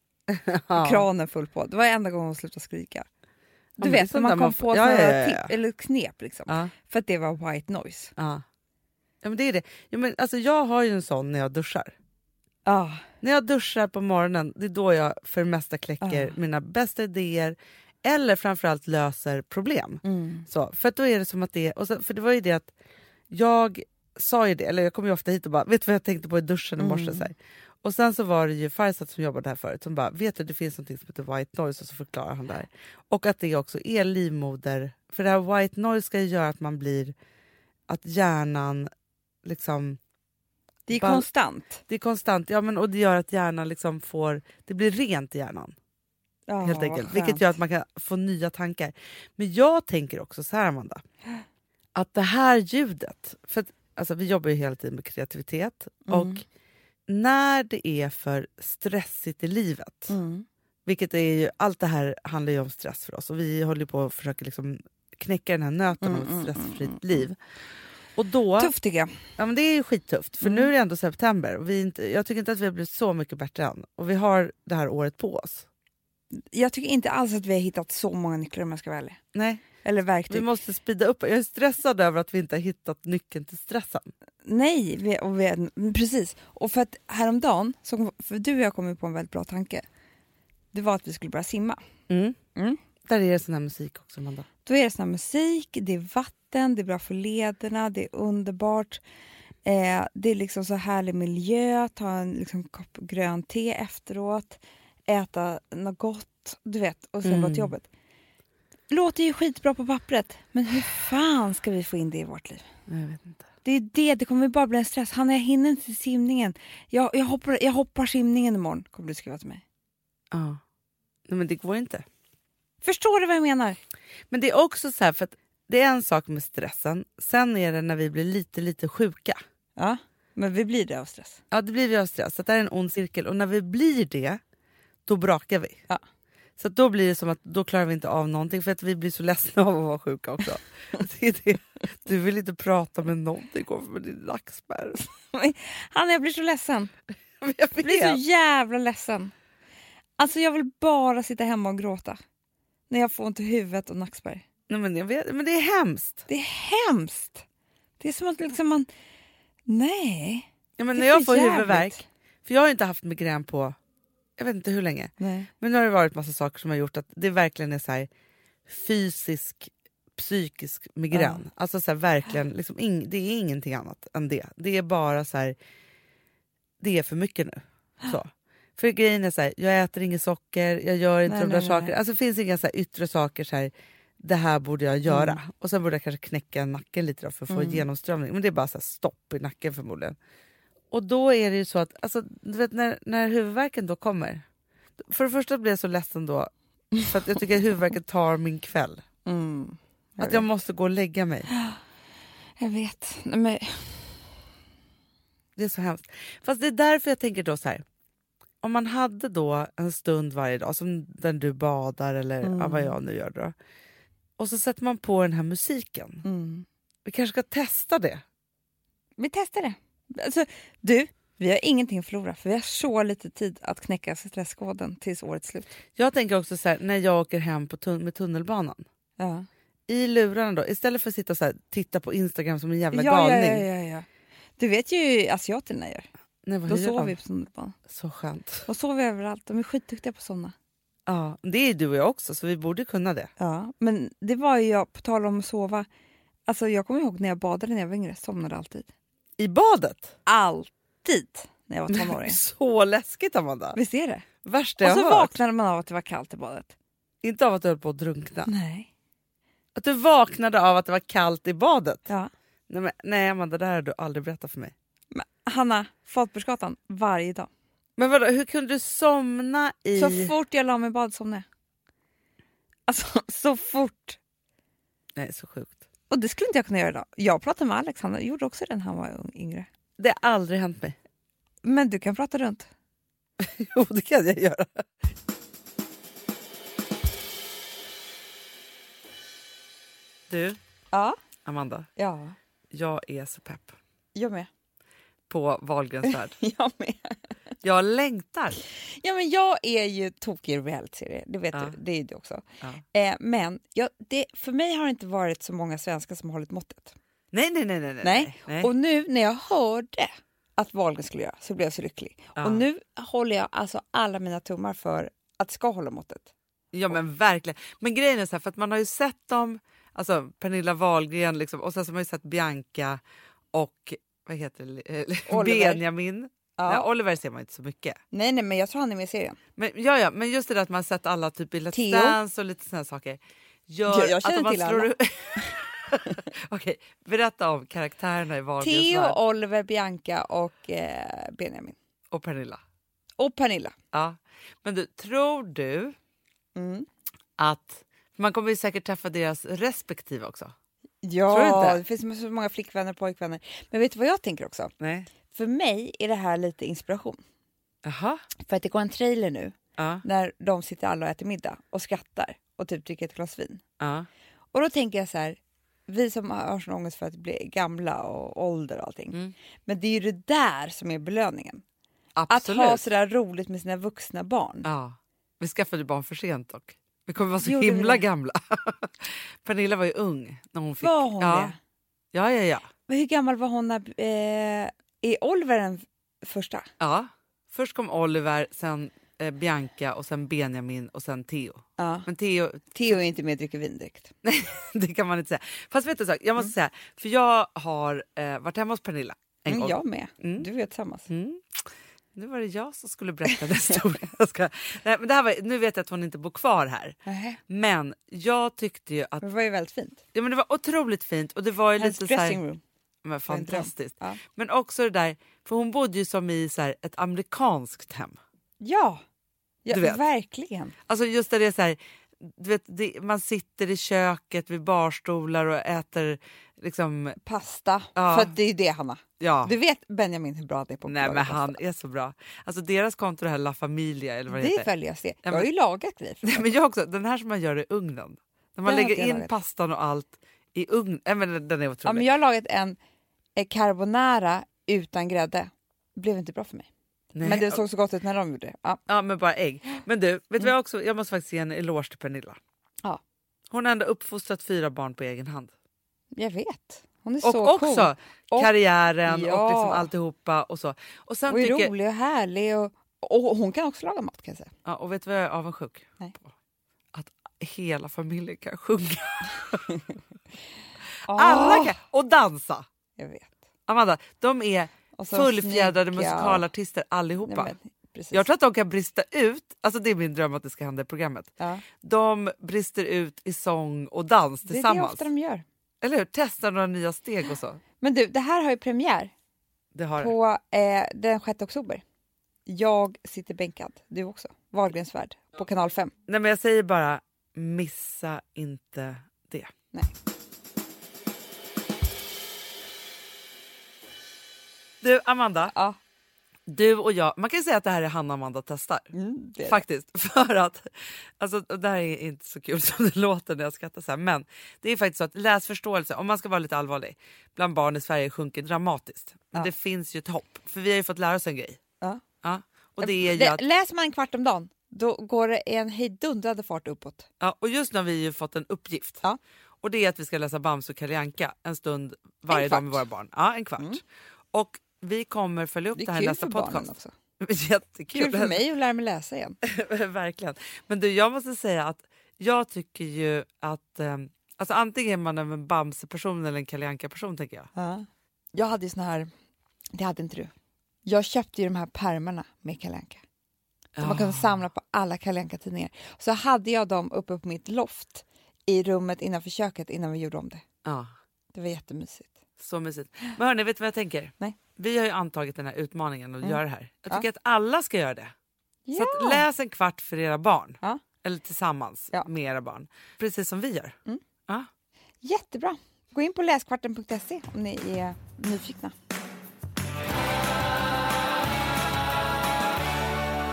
Ja. Kranen full på. Det var enda gången hon slutade skrika. Du men vet, det är när man kom sånt på där man får- såna ja. tipp eller knep liksom. Ja. För att det var white noise. Ja. Ja, men det är det. Ja, men alltså, jag har ju en sån när jag duschar. Ja. När jag duschar på morgonen, det är då jag för det mesta kläcker mina bästa idéer eller framförallt löser problem. Så, för att då är det som att det... Och så, för det var ju det att jag sa ju det, eller jag kom ju ofta hit och bara, vet du vad jag tänkte på i duschen i morse? Så här. Och sen så var det ju Farsad som jobbade här förut som bara, vet du det finns något som heter white noise, och så förklarar han det här. Och att det också är livmoder, för det här white noise ska ju göra att man blir, att hjärnan liksom... Det är konstant. Det är konstant, ja, men, och det gör att hjärnan liksom får, det blir rent i hjärnan. Ja, Helt enkelt. skönt. Vilket gör att man kan få nya tankar. Men jag tänker också så här, Amanda. Att det här ljudet, för att, alltså, vi jobbar ju hela tiden med kreativitet. Och när det är för stressigt i livet, vilket är ju, allt det här handlar ju om stress för oss. Och vi håller på att försöka liksom knäcka den här nöten om ett stressfritt liv. Och då, Tufft tycker jag. ja, men det är ju skittufft, för nu är det ändå september. Och jag tycker inte att vi har blivit så mycket bättre än. Och vi har det här året på oss. Jag tycker inte alls att vi har hittat så många nycklar om jag ska vara ärlig. Nej. Eller verktyg. Vi måste speeda upp. Jag är stressad över att vi inte har hittat nyckeln till stressen. Nej, precis. Och för att häromdagen, för du och jag kom ju på en väldigt bra tanke. Det var att vi skulle börja simma. Där är det sån här musik också, Amanda. Då är det sån här musik, det är vatten, det är bra för lederna, det är underbart. Det är liksom så härlig miljö, ta en liksom kopp grön te efteråt, äta något gott, du vet, och sen gå till jobbet. Låter ju skitbra på pappret, men hur fan ska vi få in det i vårt liv? Jag vet inte. Det kommer bara bli en stress. Hanna, jag hinner inte till simningen. Jag hoppar simningen imorgon, kommer du skriva till mig. Ja. Nej, men det går inte. Förstår du vad jag menar? Men det är också så här, för att det är en sak med stressen. Sen är det när vi blir lite sjuka. Ja, men vi blir det av stress. Ja, det blir vi av stress. Så det är en ond cirkel. Och när vi blir det, då brakar vi. Ja. Så att då blir det som att då klarar vi inte av någonting, för att vi blir så ledsna av att vara sjuka också. Det är det. Du vill inte prata med någonting med din nackspärr. Hanna, jag blir så ledsen. Jag Jag blir så jävla ledsen. Alltså jag vill bara sitta hemma och gråta. När jag får ont i huvudet och nackspärr. Nej, men jag vet, men det är hemskt. Det är hemskt. Det är som att liksom man... Nej. Ja, men Det när är jag för får jävligt. huvudvärk, för jag har inte haft migrän på, jag vet inte hur länge. Nej. Men nu har det varit massa saker som har gjort att det verkligen är så här fysisk, psykisk migrän. Alltså så här, verkligen, liksom, det är ingenting annat än det. Det är bara så här, det är för mycket nu. Så. För grejen är så här, jag äter inget socker, jag gör inte de där sakerna. Alltså det finns inga så här yttre saker så här, det här borde jag göra. Och sen borde jag kanske knäcka nacken lite då för att få genomströmning. Men det är bara så här stopp i nacken förmodligen. Och då är det ju så att, alltså, du vet, när huvudvärken då kommer. För det första blir jag så ledsen då. För att jag tycker att huvudvärken tar min kväll. Att jag måste gå och lägga mig. Jag vet. Nej, men... Det är så hemskt. Fast det är därför jag tänker då så här. Om man hade då en stund varje dag, som den du badar eller ja, vad jag nu gör då. Och så sätter man på den här musiken. Vi kanske ska testa det. Vi testar det. Alltså, du, vi har ingenting att förlora för vi har så lite tid att knäcka stresskoden tills årets slut. Jag tänker också så här, när jag åker hem med tunnelbanan. Ja. I lurarna då, istället för att sitta och så här, titta på Instagram som en jävla galning. Ja. Du vet ju asiaterna gör. Nej, vad Då gör sover de? vi på tunnelbanan. Så skönt. Och sover överallt. De är skitduktiga på sådana. Ja, det är du och jag också, så vi borde kunna det. Ja, men det var ju jag, på tal om att sova. Alltså jag kommer ihåg när jag badade när jag var yngre, somnade alltid. I badet? Alltid när jag var tonåring. Så läskigt, Amanda. Visst är det? Värsta Och jag så har hört. vaknade man av att det var kallt i badet. Inte av att du höll på att drunkna. Nej. Att du vaknade av att det var kallt i badet. Ja. Nej Amanda, det här har du aldrig berättat för mig. Men, Hanna, Faltbursgatan varje dag. Men vadå, hur kunde du somna i... Så fort jag la mig i bad somnade jag. Alltså så fort. Nej, så sjukt. Och det skulle inte jag kunna göra idag. Jag pratade med Alex, han gjorde också det när han var yngre. Det har aldrig hänt mig. Men du kan prata runt. Jo, det kan jag göra. Du, Ja. Amanda, Ja. jag är så pepp Jag med. på Wahlgrens värld. Jag med. Jag längtar. Ja, men jag är ju tokig i reality-serier. Det vet Ja. du. Det är du också. Ja. Men för mig har det inte varit så många svenskar som har hållit måttet. Nej. Och nu när jag hörde att Wahlgren skulle göra så blev jag så lycklig. Ja. Och nu håller jag alltså alla mina tummar för att det ska hålla måttet. Ja, men verkligen. Men grejen är så här, för att man har ju sett dem, alltså Pernilla Wahlgren liksom, och sen så har man ju sett Bianca och vad heter det? Benjamin. Ja. Nej, Oliver ser man inte så mycket. Nej, men jag tror han är med i serien. Men, men just det där att man har sett alla typ i Let's Theo. Dance och lite såna saker. Jag känner att man till alla. Okej, berätta om karaktärerna i Wahlgrens Theo, värld. Oliver, Bianca och Benjamin. Och Pernilla. Och Pernilla. Ja. Men du, tror du Mm. att man kommer ju säkert träffa deras respektive också? Tror du Ja, inte? det finns så många flickvänner och pojkvänner. Men vet du vad jag tänker också? Nej. För mig är det här lite inspiration. Jaha. För att det går en trailer nu Ja. när de sitter alla och äter middag och skrattar och typ dricker ett glas vin. Ja. Och då tänker jag så här, vi som har sån ångest för att bli gamla och ålder och allting. Mm. Men det är ju det där som är belöningen. Absolut. Att ha sådär roligt med sina vuxna barn. Ja. Vi skaffade barn för sent dock. Vi kommer vara så Gjorde vi himla det? gamla. Pernilla var ju ung när hon fick. Var hon ja. det? Ja. Men hur gammal var hon när... är Oliver den första? Ja. Först kom Oliver, sen Bianca och sen Benjamin och sen Theo. Ja. Men Theo, Theo är inte med och dricker vin direkt. det kan man inte säga. Fast vet du en sak, jag måste säga, för jag har varit hemma hos Pernilla en gång. Jag med. Mm. Du vet tillsammans. Mm. Nu var det jag som skulle berätta den historien. Nej, men det här var, nu vet jag att hon inte bor kvar här. Nähä. Men jag tyckte ju att Men det var ju väldigt fint. ja, men det var otroligt fint. Och det var ju Hans lite så här, dressing room. men var en fantastiskt. dröm. Ja. Men också det där, för hon bodde ju som i så här, ett amerikanskt hem. Ja, Du vet. verkligen. Alltså just där det är så här, du vet, man sitter i köket vid barstolar och äter liksom, Pasta. Ja. För att det är det, Hanna. ja. Du vet Benjamin hur bra det är på att Nej, laga men pasta. han är så bra. Alltså deras konto, det här La Familia eller vad det Det heter. följer jag se. Jag men- har ju lagat grejer. Nej, men jag också, den här som man gör i ugnen. När man Den har lägger inte jag in lagat. pastan och allt i ugnen. Men den är otrolig. Ja, men jag har lagat en carbonara utan grädde. Det blev inte bra för mig. Nej. Men det såg så gott ut när de gjorde det. Ja. Ja, men bara ägg. Men du, vet du vad jag också... Jag måste faktiskt ge en eloge till Pernilla. Ja. Hon har ändå uppfostrat 4 barn på egen hand. Jag vet. Hon är Och så också cool. Och- karriären Ja. och liksom alltihopa och så. Och sen Och är tycker... rolig och härlig. Och hon kan också laga mat, kan jag säga. Ja, och vet du vad jag är avundsjuk Nej. på? Att hela familjen kan sjunga. Åh, Alla kan! Och dansa! Jag vet. Amanda, de är Och så fullfjädrade snygga. musikalartister allihopa. Nej, men, precis. Jag tror att de kan brista ut, alltså det är min dröm att det ska hända i programmet. Ja. De brister ut i sång och dans Det är det tillsammans. ofta de gör. Eller hur? Testar några nya steg och så. Men du, det här har ju premiär Det har det. på den 6 oktober. Jag sitter bänkad, du också. Wahlgrens värld på kanal 5. Nej, men jag säger bara, missa inte det. Nej. Du, Amanda. Ja. Du och jag, man kan ju säga att det här är Hanna och Amanda testar. Det är det. Faktiskt, för att alltså, det här är inte så kul som det låter när jag skrattar så här, men det är faktiskt så att läsförståelse, om man ska vara lite allvarlig, bland barn i Sverige sjunker dramatiskt. Men Ja. det finns ju ett hopp, för vi har ju fått lära oss en grej. Ja. Ja, och det är ju att, Läser man en kvart om dagen, då går det en hejdundrande fart uppåt. ja, och just nu har vi ju fått en uppgift. Ja. Och det är att vi ska läsa Bamse och Kalle Anka en stund varje dag med kvart. våra barn. Ja, en kvart. Och vi kommer följa upp Det det är här i kul nästa för barnen podcast. också. Jättekul. Kul för mig att lära mig läsa igen. Verkligen. Men du, jag måste säga att jag tycker ju att alltså antingen är man en Bamse-person eller en Kalle Anka-person, tänker jag. Ja. Jag hade ju såna här, det hade inte du. Jag köpte ju de här pärmarna med Kalle Anka. Så man kunde samla på alla Kalle Anka-tidningar. Så hade jag dem uppe på mitt loft i rummet innanför köket innan vi gjorde om det. Ja, Det var jättemysigt. så mysigt. Men hörni, vet du vad jag tänker? Nej. Vi har ju antagit den här utmaningen att göra det här. Jag tycker Ja. att alla ska göra det. Ja. Så att läs en kvart för era barn. Ja. Eller tillsammans Ja. med era barn. Precis som vi gör. Ja. Jättebra. Gå in på läskvarten.se om ni är nyfikna.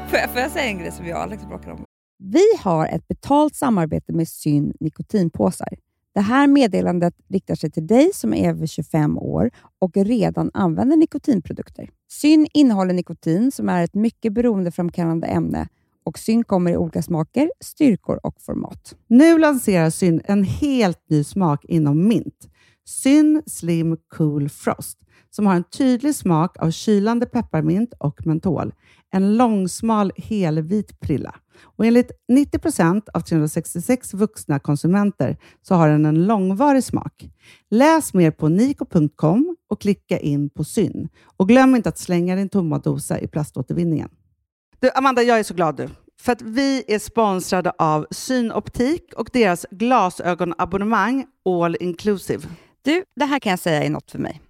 Får jag säga en grej som jag och Alex bråkar om? Vi har ett betalt samarbete med Syn nikotinpåsar. Det här meddelandet riktar sig till dig som är över 25 år och redan använder nikotinprodukter. Syn innehåller nikotin som är ett mycket beroendeframkallande ämne och Syn kommer i olika smaker, styrkor och format. Nu lanserar Syn en helt ny smak inom mint. Syn Slim Cool Frost som har en tydlig smak av kylande pepparmint och mentol. En långsmal helvit prilla. Och enligt 90% av 366 vuxna konsumenter så har den en långvarig smak. Läs mer på niko.com och klicka in på Syn. Och glöm inte att slänga din tomma dosa i plaståtervinningen. Du, Amanda, jag är så glad du. För att vi är sponsrade av Synoptik och deras glasögonabonnemang All Inclusive. Du, det här kan jag säga är något för mig.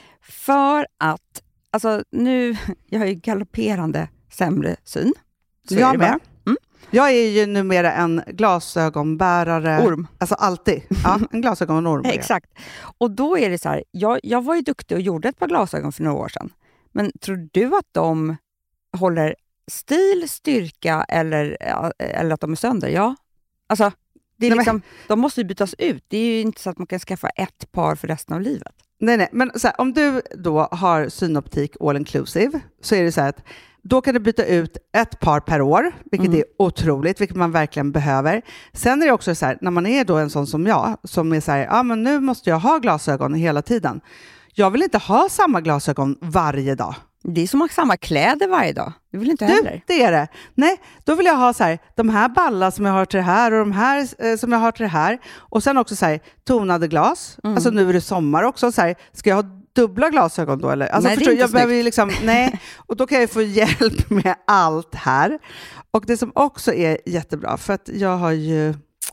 För att, alltså nu, jag har ju galopperande sämre syn. Så jag med. Jag är ju numera en glasögonbärare. Orm. Alltså alltid. Ja, en glasögonorm. Exakt. Och då är det så här, jag var ju duktig och gjorde ett par glasögon för några år sedan. Men tror du att de håller stil, styrka eller att de är sönder? Ja. Alltså, det är liksom, de måste ju bytas ut. Det är ju inte så att man kan skaffa ett par för resten av livet. Nej. Men så här, om du då har Synoptik All Inclusive så är det så här att då kan du byta ut ett par per år, vilket är otroligt, vilket man verkligen behöver. Sen är det också så här, när man är då en sån som jag, som är så här, men nu måste jag ha glasögon hela tiden. Jag vill inte ha samma glasögon varje dag. Det är som att ha samma kläder varje dag. Det vill inte heller. Det är det. Nej, då vill jag ha så här, de här ballar som jag har till det här och de här som jag har till det här. Och sen också så här, tonade glas. Alltså nu är det sommar också. Så här, ska jag ha dubbla glasögon då? Eller? Alltså, nej, förstår, jag behöver ju liksom, nej. Och då kan jag få hjälp med allt här. Och det som också är jättebra, för att jag har ju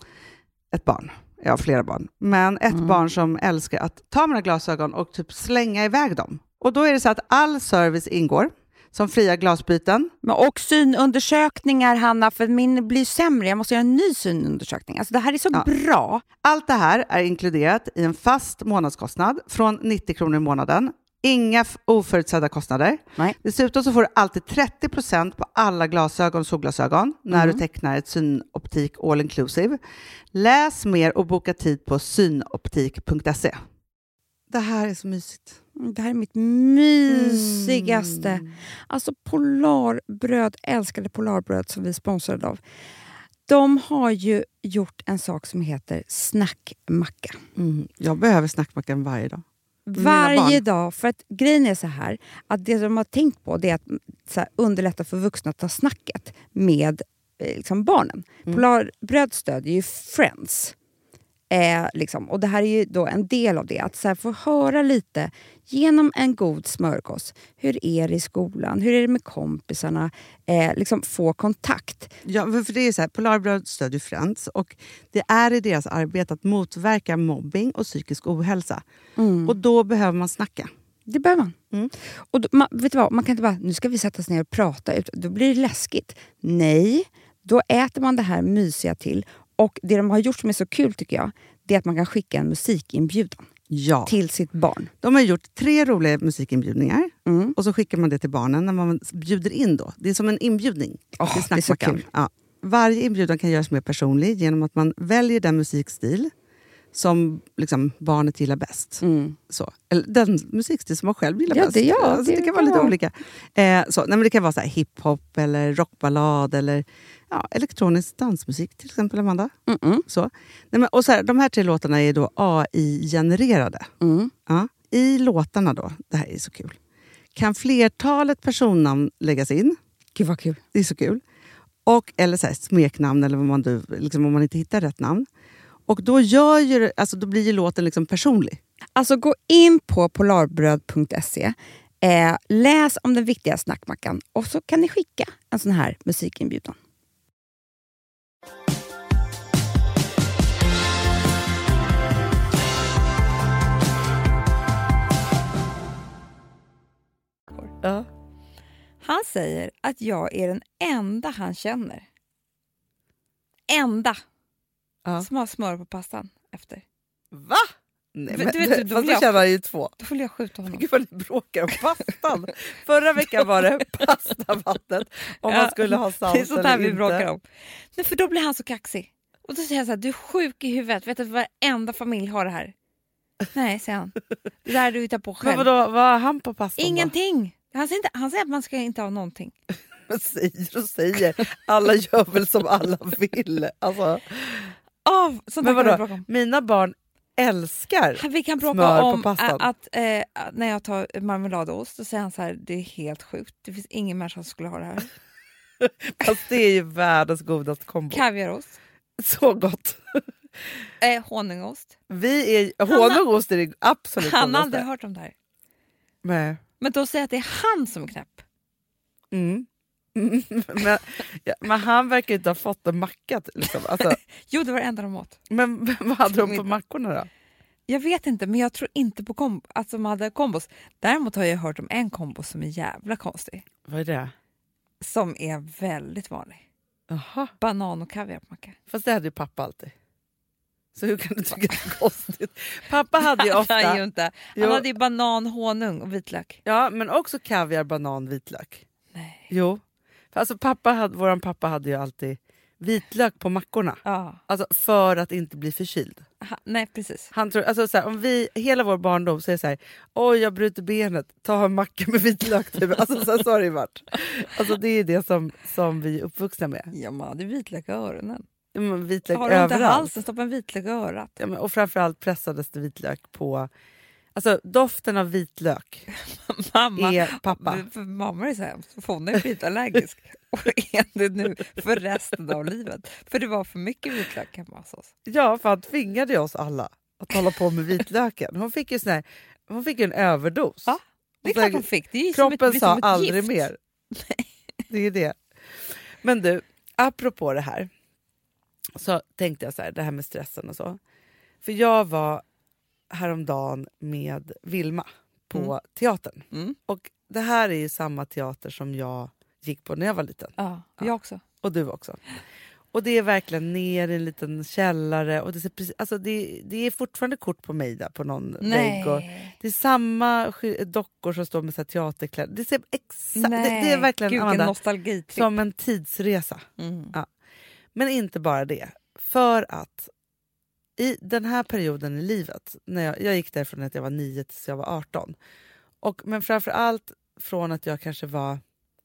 ett barn. Jag har flera barn. Men ett barn som älskar att ta mina glasögon och typ slänga iväg dem. Och då är det så att all service ingår. Som fria glasbyten. Och synundersökningar, Hanna, för min blir sämre. Jag måste göra en ny synundersökning. Alltså det här är så bra. Allt det här är inkluderat i en fast månadskostnad från 90 kronor i månaden. Inga oförutsedda kostnader. Nej. Dessutom så får du alltid 30% på alla glasögon och solglasögon när du tecknar ett Synoptik All Inclusive. Läs mer och boka tid på synoptik.se. Det här är så mysigt. Det här är mitt mysigaste. Alltså Polarbröd, älskade Polarbröd som vi sponsrade av. De har ju gjort en sak som heter snackmacka. Jag behöver snackmackan varje dag. Varje dag, för att grejen är så här att det de har tänkt på det är att så här, underlätta för vuxna att ta snacket med liksom, barnen. Polarbröd stödjer ju Friends. Liksom. Och det här är ju då en del av det. Att så här, få höra lite genom en god smörgås. Hur är det i skolan? Hur är det med kompisarna? Liksom få kontakt. Ja, för det är så här, Polarbröd stödjer Friends och det är i deras arbete att motverka mobbing och psykisk ohälsa. Och då behöver man snacka. Det behöver man. Och då, vet du vad? Man kan inte bara, nu ska vi sätta oss ner och prata ut. Då blir det läskigt. Nej, då äter man det här mysiga till. Och det de har gjort som är så kul tycker jag, det är att man kan skicka en musikinbjudan till sitt barn. De har gjort 3 roliga musikinbjudningar och så skickar man det till barnen när man bjuder in då. Det är som en inbjudning till snackmackan. Det är så kul. Ja. Varje inbjudan kan göras mer personlig genom att man väljer den musikstil som liksom barnet gillar bäst. Så. Eller den musikstil som man själv gillar bäst. Det kan vara lite olika. Nej, men det kan vara så här hiphop eller rockballad eller elektronisk dansmusik till exempel, Amanda. Så. Nej, men, och så här, de här 3 låtarna är då AI-genererade. Ja. I låtarna då, det här är så kul, kan flertalet personnamn läggas in. Gud vad kul. Det är så kul. Och, eller så här, smeknamn eller vad man, liksom, om man inte hittar rätt namn. Och då, då blir ju låten liksom personlig. Alltså gå in på polarbröd.se. Läs om den viktiga snackmackan. Och så kan ni skicka en sån här musikinbjudan. Ja. Han säger att jag är den enda han känner. Enda. Som har smör på pastan efter. Va? Nej, Du men, vet, då fast vill då känner jag ju 2. Då får jag skjuta honom. Gud vad ni bråkar om pastan. Förra veckan var det pastavattnet. Om man skulle ha salt det är sånt här eller vi inte. bråkar om. Nej, för då blir han så kaxig. Och då säger jag så här, du är sjuk i huvudet. Vet du att varenda familj har det här? Nej, säger han. Det där du hittar på själv. Men vadå, vad har han på pastan? Ingenting. Han säger att man ska inte ha någonting. Men säger. Alla gör väl som alla vill. Alltså. Sånt Men här kan vi vadå, bråka om. mina barn älskar Vi kan bråka smör om på pastan. att när jag tar marmeladost så säger han så här, det är helt sjukt. Det finns ingen människa som skulle ha det här. Fast det är ju världens godaste kombo. Kaviarost. Så gott. Honungost. Honungost är det absolut Han har godaste. aldrig hört om det här. Nej. Men då säger jag att det är han som är knäpp. Men han verkar inte ha fått en macka. Liksom. Alltså, Jo, det var det enda de åt. men vad hade de på mackorna då? Jag vet inte, men jag tror inte på att de hade kombos. Däremot har jag hört om en kombo som är jävla konstig. Vad är det? Som är väldigt vanlig. Jaha. Banan och kaviar på macka. Fast det hade ju pappa alltid. Så hur kan du tycka det är konstigt? Pappa hade ju ofta... Han, ju inte. Han hade ju banan, honung och vitlök. Ja, men också kaviar, banan, vitlök. Nej. Jo. För alltså våran pappa hade ju alltid vitlök på mackorna. Ja. Alltså för att inte bli förkyld. Nej, precis. Han tror, alltså så här, om vi hela vår barndom så är det så här, oj jag bryter benet, ta en macka med vitlök typ. Alltså så har det varit. Alltså det är det som vi är uppvuxna med. Ja, man hade vitlök i öronen. Ja, men vitlök Har du inte överallt. halsen, stoppa en vitlök i örat. Ja, men, och framförallt pressades det vitlök på, alltså doften av vitlök Mamma, är pappa. för mamma är så hemskt, för hon är vitallergisk. Och är det nu för resten av livet. För det var för mycket vitlök hemma hos oss. Ja, för han tvingade ju oss alla att hålla på med vitlöken. Hon fick ju hon fick en överdos. Ja, det är Och klart hon fick. Det är ju kroppen som sa ett aldrig gift. mer. Det är det. Men du, apropå det här. Så tänkte jag så här, det här med stressen och så. För jag var häromdagen med Vilma på teatern. Mm. Och det här är ju samma teater som jag gick på när jag var liten. Ja, jag också. Och du också. Och det är verkligen ner i en liten källare. Och det är fortfarande kort på mig där på någon vägg. Och det är samma dockor som står med så här teaterkläder. Det ser exakt. Det är verkligen Gud, Amanda, nostalgitripp. som en tidsresa. Mm. Ja. Men inte bara det. För att i den här perioden i livet, när jag gick därifrån att jag var 9 tills jag var 18. Men framförallt från att jag kanske var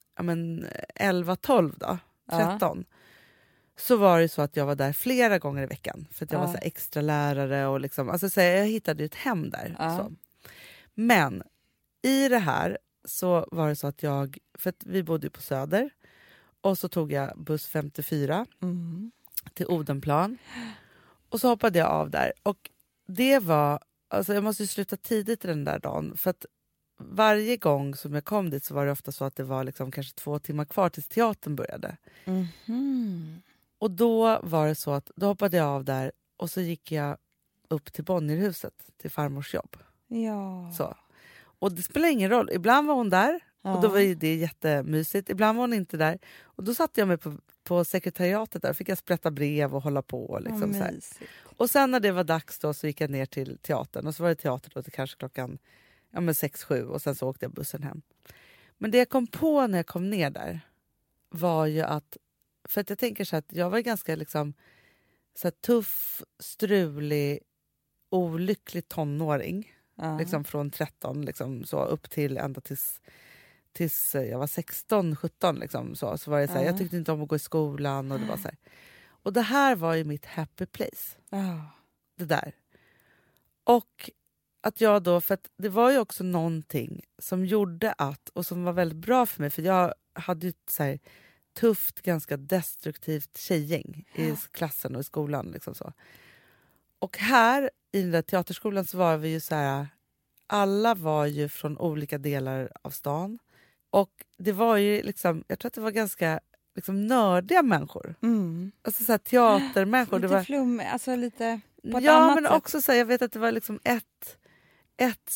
11-12 då, 13. Så var det så att jag var där flera gånger i veckan. För att jag var så extra lärare och liksom, alltså så jag hittade ju ett hem där. Så. Men i det här så var det så att för att vi bodde på Söder. Och så tog jag buss 54 till Odenplan. Och så hoppade jag av där. Och det var, alltså jag måste ju sluta tidigt den där dagen. För att varje gång som jag kom dit så var det ofta så att det var liksom kanske 2 timmar kvar tills teatern började. Och då var det så att då hoppade jag av där och så gick jag upp till Bonnierhuset till farmors jobb. Ja. Så. Och det spelar ingen roll. Ibland var hon där och då var det jättemysigt. Ibland var hon inte där. Och då satte jag mig på sekretariatet där. Fick jag sprätta brev och hålla på. Och, liksom, så här. Och sen när det var dags då så gick jag ner till teatern. Och så var det teater då till kanske klockan 6-7 och sen så åkte jag bussen hem. Men det jag kom på när jag kom ner där var ju att, för att jag tänker så att jag var ganska liksom så här tuff, strulig, olycklig tonåring. Liksom från 13 liksom, så upp till ända tills jag var 16-17 liksom, så var det så här, jag tyckte inte om att gå i skolan och det var så här. Och det här var ju mitt happy place. Det där. Och att jag då, för att det var ju också någonting som gjorde att, och som var väldigt bra för mig, för jag hade ju så här tufft, ganska destruktivt tjejgäng i klassen och i skolan liksom så. Och här i den där teaterskolan så var vi ju så här, alla var ju från olika delar av stan. Och det var ju liksom, jag tror att det var ganska liksom nördiga människor. Alltså så här teatermänniskor. Lite det var flummig, alltså lite på ett ja, annat men sätt. också så här, jag vet att det var liksom ett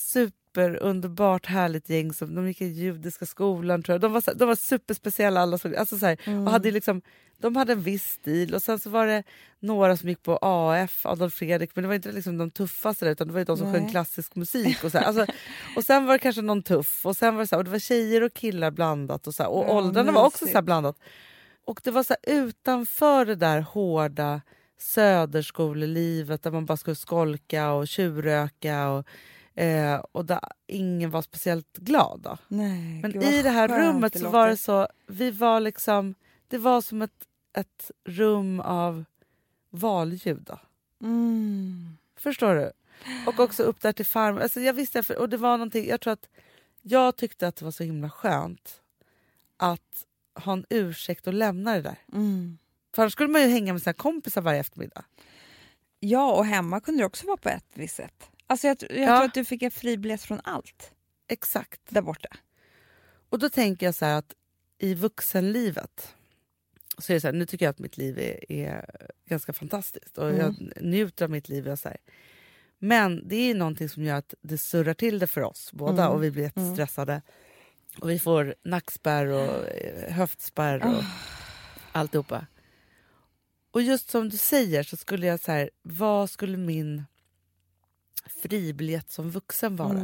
superunderbart härligt gäng som de gick i judiska skolan, tror jag. De var superspeciella alla, alltså så här, och hade liksom, de hade en viss stil, och sen så var det några som gick på AF, Adolf Fredrik, men det var inte liksom de tuffaste där, utan det var ju de som sjöng klassisk musik och så här. Alltså, och sen var det kanske någon tuff, och sen var det så här, och det var tjejer och killar blandat och så här, och åldrarna var också så här blandat. Och det var så här, utanför det där hårda söderskolelivet där man bara skulle skolka och tjurröka och där ingen var speciellt glad då. Nej, men i det här rummet så var det så, vi var liksom, det var som ett rum av valljud då. Förstår du? Och också upp där till farm. Alltså jag visste, och det var någonting, jag tyckte att det var så himla skönt att ha en ursäkt och lämna det där. För annars skulle man ju hänga med sina kompisar varje eftermiddag. Ja, och hemma kunde det också vara på ett visst sätt. Alltså jag tror att du fick en fribiljett från allt. Exakt. Där borta. Och då tänker jag så här att i vuxenlivet så är det så här, nu tycker jag att mitt liv är ganska fantastiskt. Och jag njuter av mitt liv. Och så här. Men det är någonting som gör att det surrar till det för oss båda. Och vi blir jättestressade. Och vi får nackspärr och höftspärr och alltihopa. Och just som du säger så skulle jag så här, vad skulle min fribiljett som vuxen vara?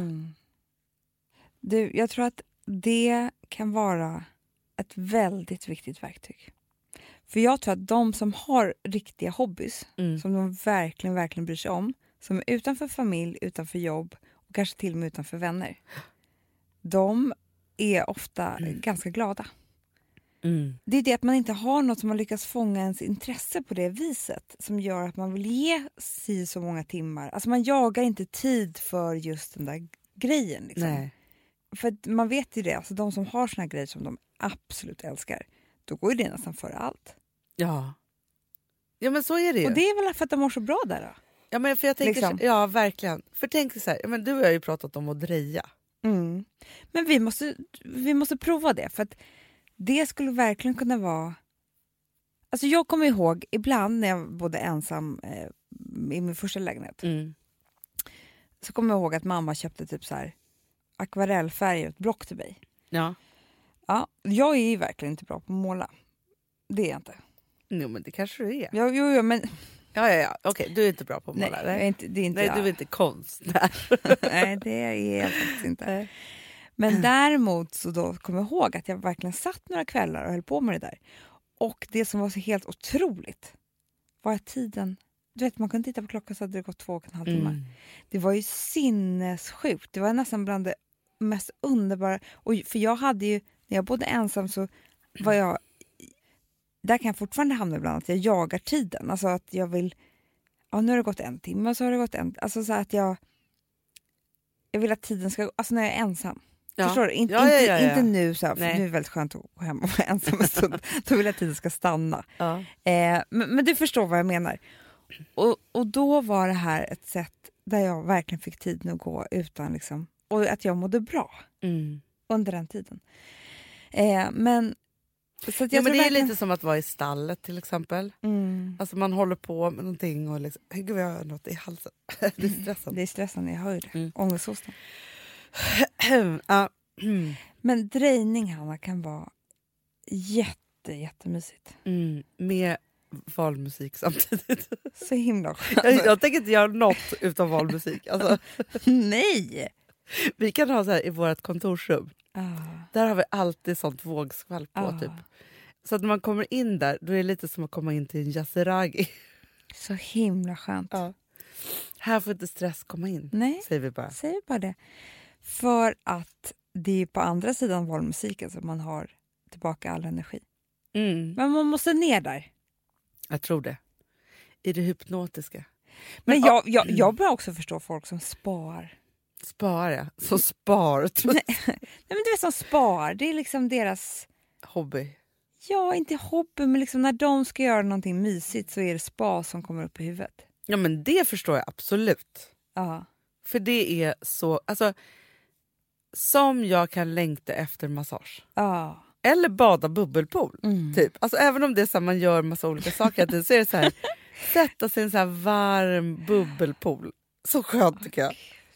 Du, jag tror att det kan vara ett väldigt viktigt verktyg. För jag tror att de som har riktiga hobbys, som de verkligen, verkligen bryr sig om, som är utanför familj, utanför jobb och kanske till och med utanför vänner, de är ofta ganska glada. Det är det att man inte har något som har lyckats fånga ens intresse på det viset som gör att man vill ge sig så många timmar. Alltså man jagar inte tid för just den där grejen. Liksom. Nej. För att man vet ju det, alltså de som har såna här grejer som de absolut älskar, då går ju det nästan före allt. Ja. Ja, men så är det ju. Och det är väl för att de mår så bra där då? Ja, men för jag tänker, liksom. Ja, verkligen. För tänk så här, men du och jag har ju pratat om att dreja. Men vi måste prova det, för att det skulle verkligen kunna vara... Alltså jag kommer ihåg ibland när jag bodde ensam i min första lägenhet. Så kommer jag ihåg att mamma köpte typ så här akvarellfärg och ett block till mig. Ja. Ja, jag är ju verkligen inte bra på att måla. Det är jag inte. Jo, men det kanske du är. Jo, men... Ja. Okej, du är inte bra på att måla. Nej, det är inte nej, jag. du är inte konstnär. Nej, det är jag faktiskt inte. Men däremot så då kommer jag ihåg att jag verkligen satt några kvällar och höll på med det där. Och det som var så helt otroligt var att tiden... Du vet, man kunde titta på klockan så hade det gått 2,5 timmar. Det var ju sinnessjukt. Det var nästan bland det mest underbara. Och för jag hade ju... När jag bodde ensam så var jag... Där kan jag fortfarande hamna ibland att jag jagar tiden. Alltså att jag vill... Ja, nu har det gått 1 timme och så har det gått Alltså så att jag vill att tiden ska... Alltså när jag är ensam. Ja. Förstår du? Inte nu så här, för nu är det väldigt skönt att gå hem och vara ensam en stund. Då vill jag att tiden ska stanna. Ja. Men du förstår vad jag menar. Och då var det här ett sätt där jag verkligen fick tiden att gå utan liksom... Och att jag mådde bra under den tiden. Men det är lite som att vara i stallet till exempel. Alltså man håller på med någonting och liksom, gud, jag har något i halsen. Det är stressande. Det är stressande, jag hör det. Ångesthosten. Men drejning, Hanna, kan vara jättemysigt. Med valmusik samtidigt. Så himla skönt. Jag tänker inte göra något utan valmusik. Alltså. Nej! Vi kan ha så här i vårt kontorsrum. Där har vi alltid sånt vågskvalp på typ. Så att när man kommer in där, då är det lite som att komma in till en yasuragi. Så himla skönt. Här får inte stress komma in. Nej, säger vi bara. Säger bara det. För att det är på andra sidan valmusiken som man har tillbaka all energi. Men man måste ner där. Jag tror det. I det hypnotiska. Men jag börjar också förstå folk som spar. Spar, ja. Så spar. Nej, men det är som spar. Det är liksom deras... hobby. Ja, inte hobby, men liksom när de ska göra någonting mysigt så är det spa som kommer upp i huvudet. Ja, men det förstår jag absolut. Ja. För det är så... Alltså, som jag kan längta efter massage. Ja. Eller bada bubbelpool. Typ. Alltså, även om det är så här, man gör massa olika saker så är det så här... Sätta sig i en så här varm bubbelpool. Så skönt tycker jag.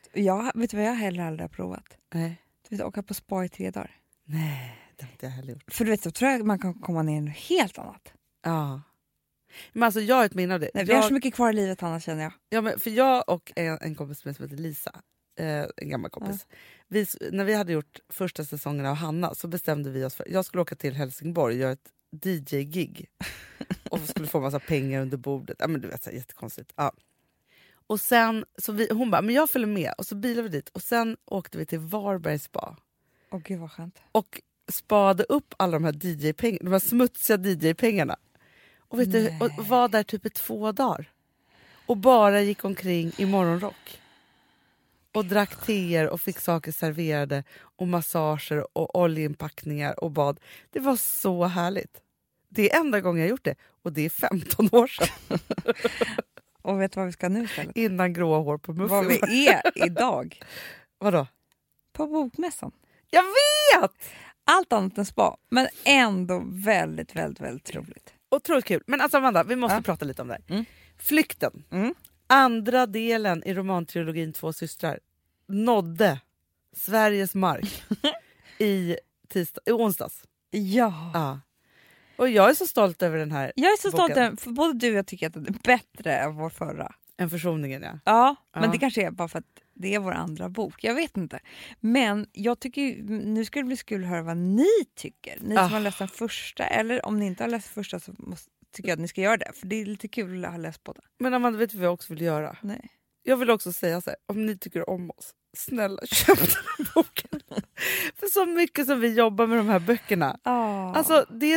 Vet du vad jag heller aldrig har provat? Nej. Du vet, åka på spa i 3 dagar. Nej, det har inte jag heller gjort. För du vet, så tror jag man kan komma ner i något helt annat. Ja. Men alltså jag har ett minne av det. Nej, vi har så mycket kvar i livet, Hanna, känner jag. Ja, men för jag och en kompis som heter Lisa, en gammal kompis. När vi hade gjort första säsongen av Hanna så bestämde vi oss för jag skulle åka till Helsingborg och göra ett DJ-gig. Och skulle få massa pengar under bordet. Ja, men du vet, så här, jättekonstigt. Ja. Och sen, hon bara, men jag följer med. Och så bilade vi dit. Och sen åkte vi till Varbergs spa. Åh gud vad skönt. Och spade upp alla de här DJ-pengarna. De här smutsiga DJ-pengarna. Och vet du, och var där typ i 2 dagar. Och bara gick omkring i morgonrock. Och drack teer och fick saker serverade. Och massager och oljeinpackningar och bad. Det var så härligt. Det är enda gången jag gjort det. Och det är 15 år sedan. Och vet du vad vi ska nu istället? Innan gråa hår på muffen. Vad vi är idag. Vadå? På bokmässan. Jag vet! Allt annat än spa. Men ändå väldigt, väldigt, väldigt roligt. Otroligt kul. Men alltså Amanda, vi måste prata lite om det här. Flykten. Andra delen i romantrilogin Två systrar nådde Sveriges mark i onsdags. Ja. Och jag är så stolt över den här Jag är så stolt boken. över, för både du och jag tycker att den är bättre än vår förra. En försoningen, ja. Ja, men det kanske är bara för att det är vår andra bok. Jag vet inte. Men jag tycker nu skulle det bli kul att höra vad ni tycker. Ni som har läst den första. Eller om ni inte har läst första så tycker jag att ni ska göra det. För det är lite kul att ha läst båda. Men Amanda, vet du vad jag också vill göra? Nej. Jag vill också säga så här, om ni tycker om oss, snälla köp den här boken. För så mycket som vi jobbar med de här böckerna. Alltså det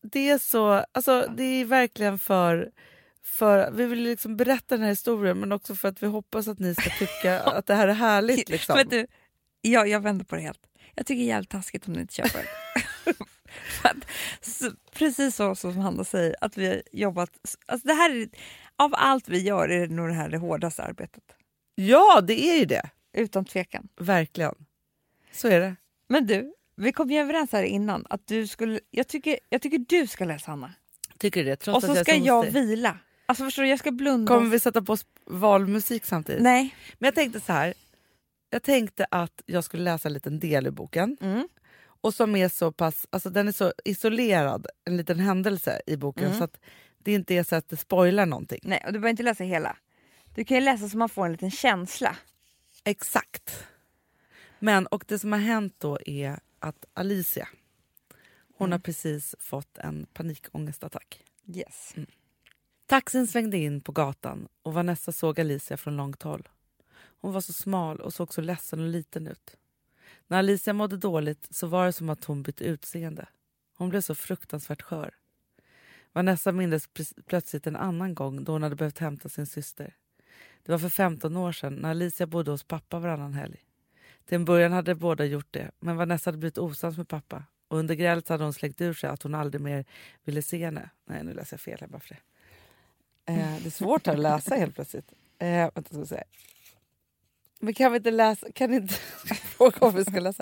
är verkligen för vi vill liksom berätta den här historien, men också för att vi hoppas att ni ska tycka att det här är härligt. Liksom. Vet du, jag vänder på det helt. Jag tycker det är jävligt taskigt om ni inte köper det. Precis så som Hanna säger, att vi har jobbat. Alltså det här är, av allt vi gör är det nog det hårdaste arbetet. Ja, det är ju det. Utan tvekan. Verkligen. Så är det. Men du, vi kom ju överens här innan att du skulle, jag tycker du ska läsa, Hanna. Tycker du det? Trots och så ska jag vila. Alltså förstår du, jag ska blunda. Kommer vi sätta på valmusik samtidigt? Nej. Men jag tänkte så här. Jag tänkte att jag skulle läsa en liten del i boken. Och som är så pass, alltså den är så isolerad, en liten händelse i boken. Så att det inte är så att det spoilar någonting. Nej, och du behöver inte läsa hela. Du kan ju läsa så man får en liten känsla. Exakt. Men, och det som har hänt då är att Alicia, hon har precis fått en panikångestattack. Yes. Taxin svängde in på gatan och Vanessa såg Alicia från långt håll. Hon var så smal och såg så ledsen och liten ut. När Alicia mådde dåligt så var det som att hon bytte utseende. Hon blev så fruktansvärt skör. Vanessa mindes plötsligt en annan gång då hon hade behövt hämta sin syster. Det var för 15 år sedan när Alicia bodde hos pappa varannan helg. Till en början hade båda gjort det, men Vanessa hade blivit osams med pappa. Och under grälet hade hon släckt ur sig att hon aldrig mer ville se henne. Nej, nu läser jag fel här bara för det. Det är svårt att läsa helt plötsligt. Vänta, ska jag säga. Men kan vi inte läsa, kan inte fråga om vi ska läsa.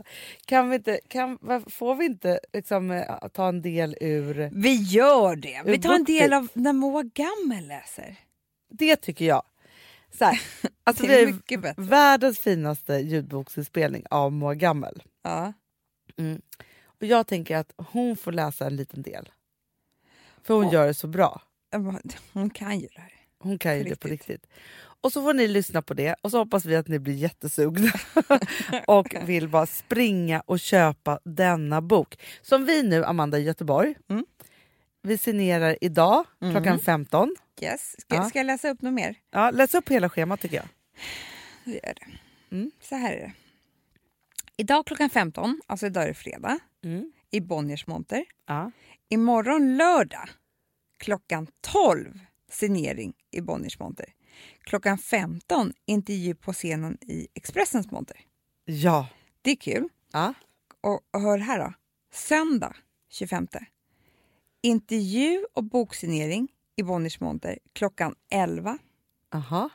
Får vi inte liksom, ta en del ur... Vi gör det. Vi tar en del av när Moa Gammel läser. Det tycker jag. Så här, alltså det är mycket bättre. Världens finaste ljudboksinspelning av Moa Gammel. Ja. Och jag tänker att hon får läsa en liten del. För hon gör det så bra. Hon kan ju det här. Hon kan ju det på riktigt. Och så får ni lyssna på det. Och så hoppas vi att ni blir jättesugna. Och vill bara springa och köpa denna bok. Som vi nu, Amanda, i Göteborg. Vi signerar idag klockan 15. Yes. Ska jag läsa upp något mer? Ja, läs upp hela schemat tycker jag. Det gör det. Så här är det. Idag klockan 15, alltså idag är det fredag. I Bonniers monter. Ja. Imorgon lördag klockan 12 signering i Bonniers monter. Klockan 15 intervju på scenen i Expressens monter. Ja. Det är kul. Ja. Och hör här då. Söndag 25. Intervju och boksignering i Bonniers monter klockan 11. Aha.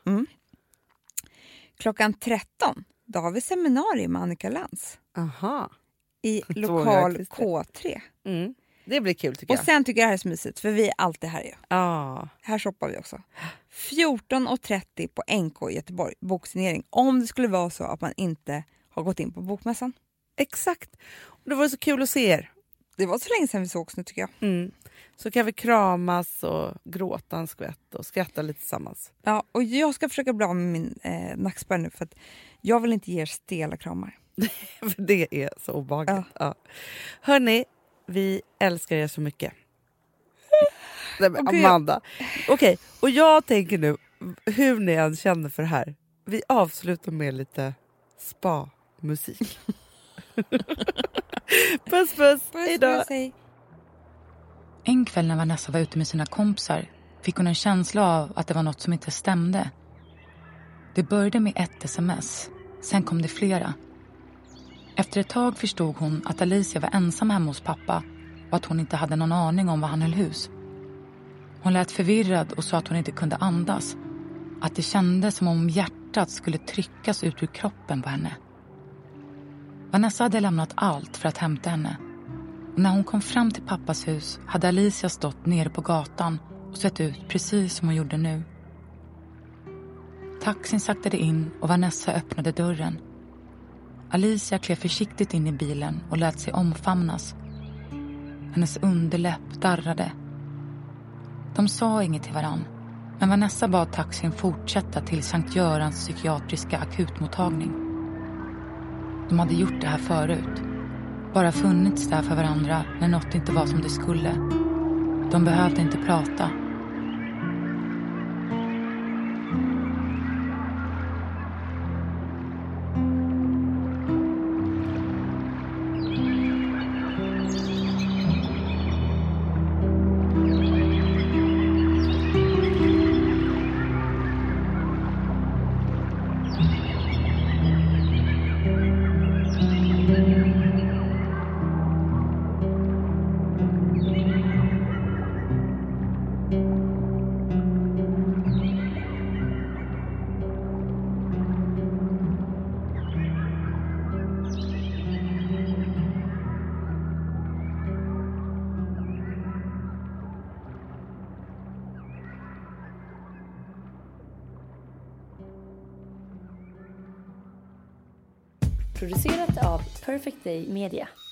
Klockan 13 då har vi seminarium med Annika Lantz. Aha. I lokal K3. Det blir kul tycker Och jag. sen tycker jag det här är så mysigt, för vi är alltid här ju. Ja. Här shoppar vi också. 14:30 på NK i Göteborg, boksignering. Om det skulle vara så att man inte har gått in på bokmässan. Exakt. Och det var så kul att se er. Det var så länge sedan vi sågs nu tycker jag. Mm. Så kan vi kramas och gråta en skvätt och skratta lite tillsammans. Ja, och jag ska försöka bli av med min nackspärr nu för att jag vill inte ge er stela kramar. För det är så obehagligt. Ja. Hörni, vi älskar er så mycket. Nej, men Amanda. Okej, och jag tänker nu, hur ni än känner för det här, vi avslutar med lite spa-musik. Puss, puss. Hejdå. En kväll när Vanessa var ute med sina kompisar fick hon en känsla av att det var något som inte stämde. Det började med ett sms, sen kom det flera. Efter ett tag förstod hon att Alicia var ensam hemma hos pappa och att hon inte hade någon aning om var han höll hus. Hon lät förvirrad och sa att hon inte kunde andas. Att det kändes som om hjärtat skulle tryckas ut ur kroppen på henne. Vanessa hade lämnat allt för att hämta henne. Och när hon kom fram till pappas hus hade Alicia stått nere på gatan och sett ut precis som hon gjorde nu. Taxin saktade in och Vanessa öppnade dörren. Alicia klev försiktigt in i bilen och lät sig omfamnas. Hennes underläpp darrade. De sa inget till varann, men Vanessa bad taxin fortsätta till Sankt Görans psykiatriska akutmottagning. De hade gjort det här förut. Bara funnits där för varandra när något inte var som det skulle. De behövde inte prata. Producerat av Perfect Day Media.